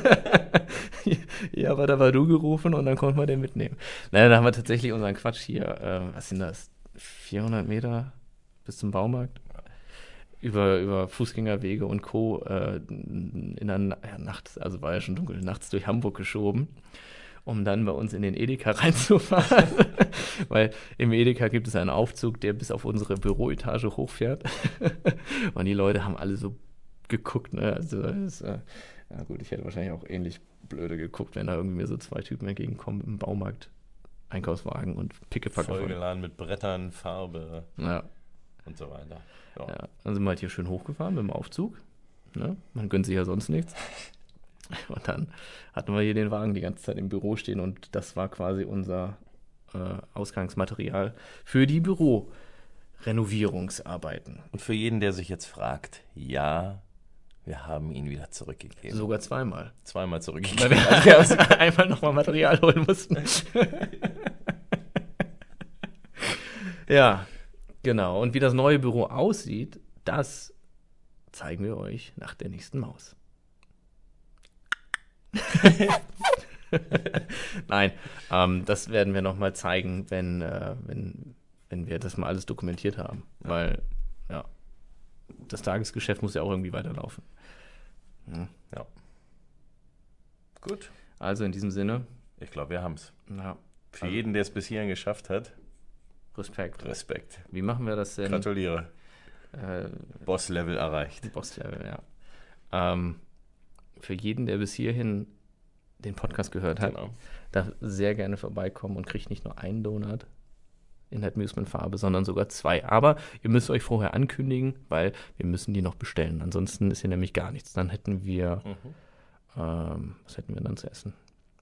Ja, aber da war du gerufen und dann konnten wir den mitnehmen. Naja, da haben wir tatsächlich unseren Quatsch hier, äh, was sind das? vierhundert Meter bis zum Baumarkt. über, über Fußgängerwege und Co. Äh, in der Na- ja, Nacht, also war ja schon dunkel, nachts durch Hamburg geschoben, um dann bei uns in den Edeka reinzufahren. Weil im Edeka gibt es einen Aufzug, der bis auf unsere Büroetage hochfährt. Und die Leute haben alle so geguckt. Ne? Also, das, äh, ja gut, ich hätte wahrscheinlich auch ähnlich blöde geguckt, wenn da irgendwie mir so zwei Typen entgegenkommen im Baumarkt, Einkaufswagen und Pickepacke. Vollgeladen mit Brettern, Farbe Ja. und so weiter. Ja, dann sind wir halt hier schön hochgefahren mit dem Aufzug. Ne? Man gönnt sich ja sonst nichts. Und dann hatten wir hier den Wagen die ganze Zeit im Büro stehen und das war quasi unser äh, Ausgangsmaterial für die Bürorenovierungsarbeiten. Und für jeden, der sich jetzt fragt, ja, wir haben ihn wieder zurückgegeben. Sogar zweimal. Zweimal Weil zurückgegeben. wir einmal nochmal Material holen mussten. Ja, genau. Und wie das neue Büro aussieht, das zeigen wir euch nach der nächsten Maus. Nein, ähm, das werden wir nochmal zeigen, wenn, äh, wenn, wenn wir das mal alles dokumentiert haben. Ja. Weil, ja, das Tagesgeschäft muss ja auch irgendwie weiterlaufen. Ja. Ja. Gut. Also in diesem Sinne, Ich glaube, wir haben es. ja, Für Also- jeden, der es bis hierhin geschafft hat, Respekt. Respekt. Wie machen wir das denn? Gratuliere. Äh, Boss-Level erreicht. Boss-Level, ja. Ähm, für jeden, der bis hierhin den Podcast gehört hat, Genau. darf sehr gerne vorbeikommen und kriegt nicht nur einen Donut in der Amusement-Farbe, sondern sogar zwei. Aber ihr müsst euch vorher ankündigen, weil wir müssen die noch bestellen. Ansonsten ist hier nämlich gar nichts. Dann hätten wir, Mhm. ähm, was hätten wir dann zu essen?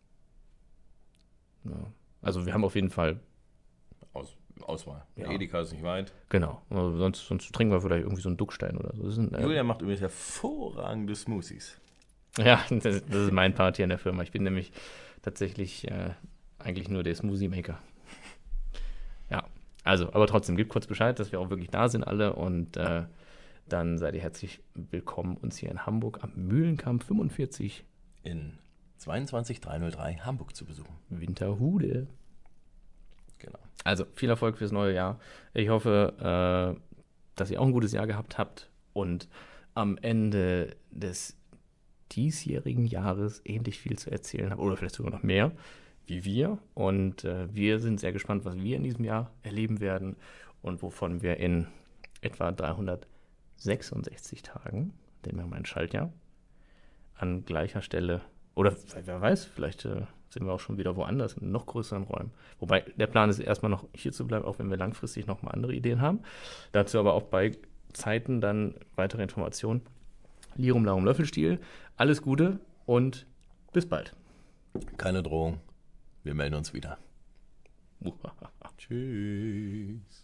Ja. Also wir haben auf jeden Fall, Aus, Auswahl. Der Ja. Edeka ist nicht weit. genau, also sonst, sonst trinken wir vielleicht irgendwie so einen Duckstein oder so. Das sind, äh, Julia macht übrigens hervorragende Smoothies. Ja, das, das ist mein Part hier in der Firma. Ich bin nämlich tatsächlich äh, eigentlich nur der Smoothie-Maker. Ja, also, aber trotzdem, gebt kurz Bescheid, dass wir auch wirklich da sind alle und äh, dann seid ihr herzlich willkommen, uns hier in Hamburg am Mühlenkamp fünfundvierzig In zweiundzwanzig dreihundertdrei Hamburg zu besuchen. Winterhude. Genau. Also, viel Erfolg fürs neue Jahr. Ich hoffe, äh, dass ihr auch ein gutes Jahr gehabt habt und am Ende des diesjährigen Jahres ähnlich viel zu erzählen habt oder vielleicht sogar noch mehr wie wir. Und äh, wir sind sehr gespannt, was wir in diesem Jahr erleben werden und wovon wir in etwa dreihundertsechsundsechzig Tagen, denn wir haben ein Schaltjahr, an gleicher Stelle, oder wer weiß, vielleicht äh, sind wir auch schon wieder woanders, in noch größeren Räumen. Wobei der Plan ist erstmal noch hier zu bleiben, auch wenn wir langfristig nochmal andere Ideen haben. Dazu aber auch bei Zeiten dann weitere Informationen. Lirum Larum Löffelstiel, alles Gute und bis bald. Keine Drohung. Wir melden uns wieder. Tschüss.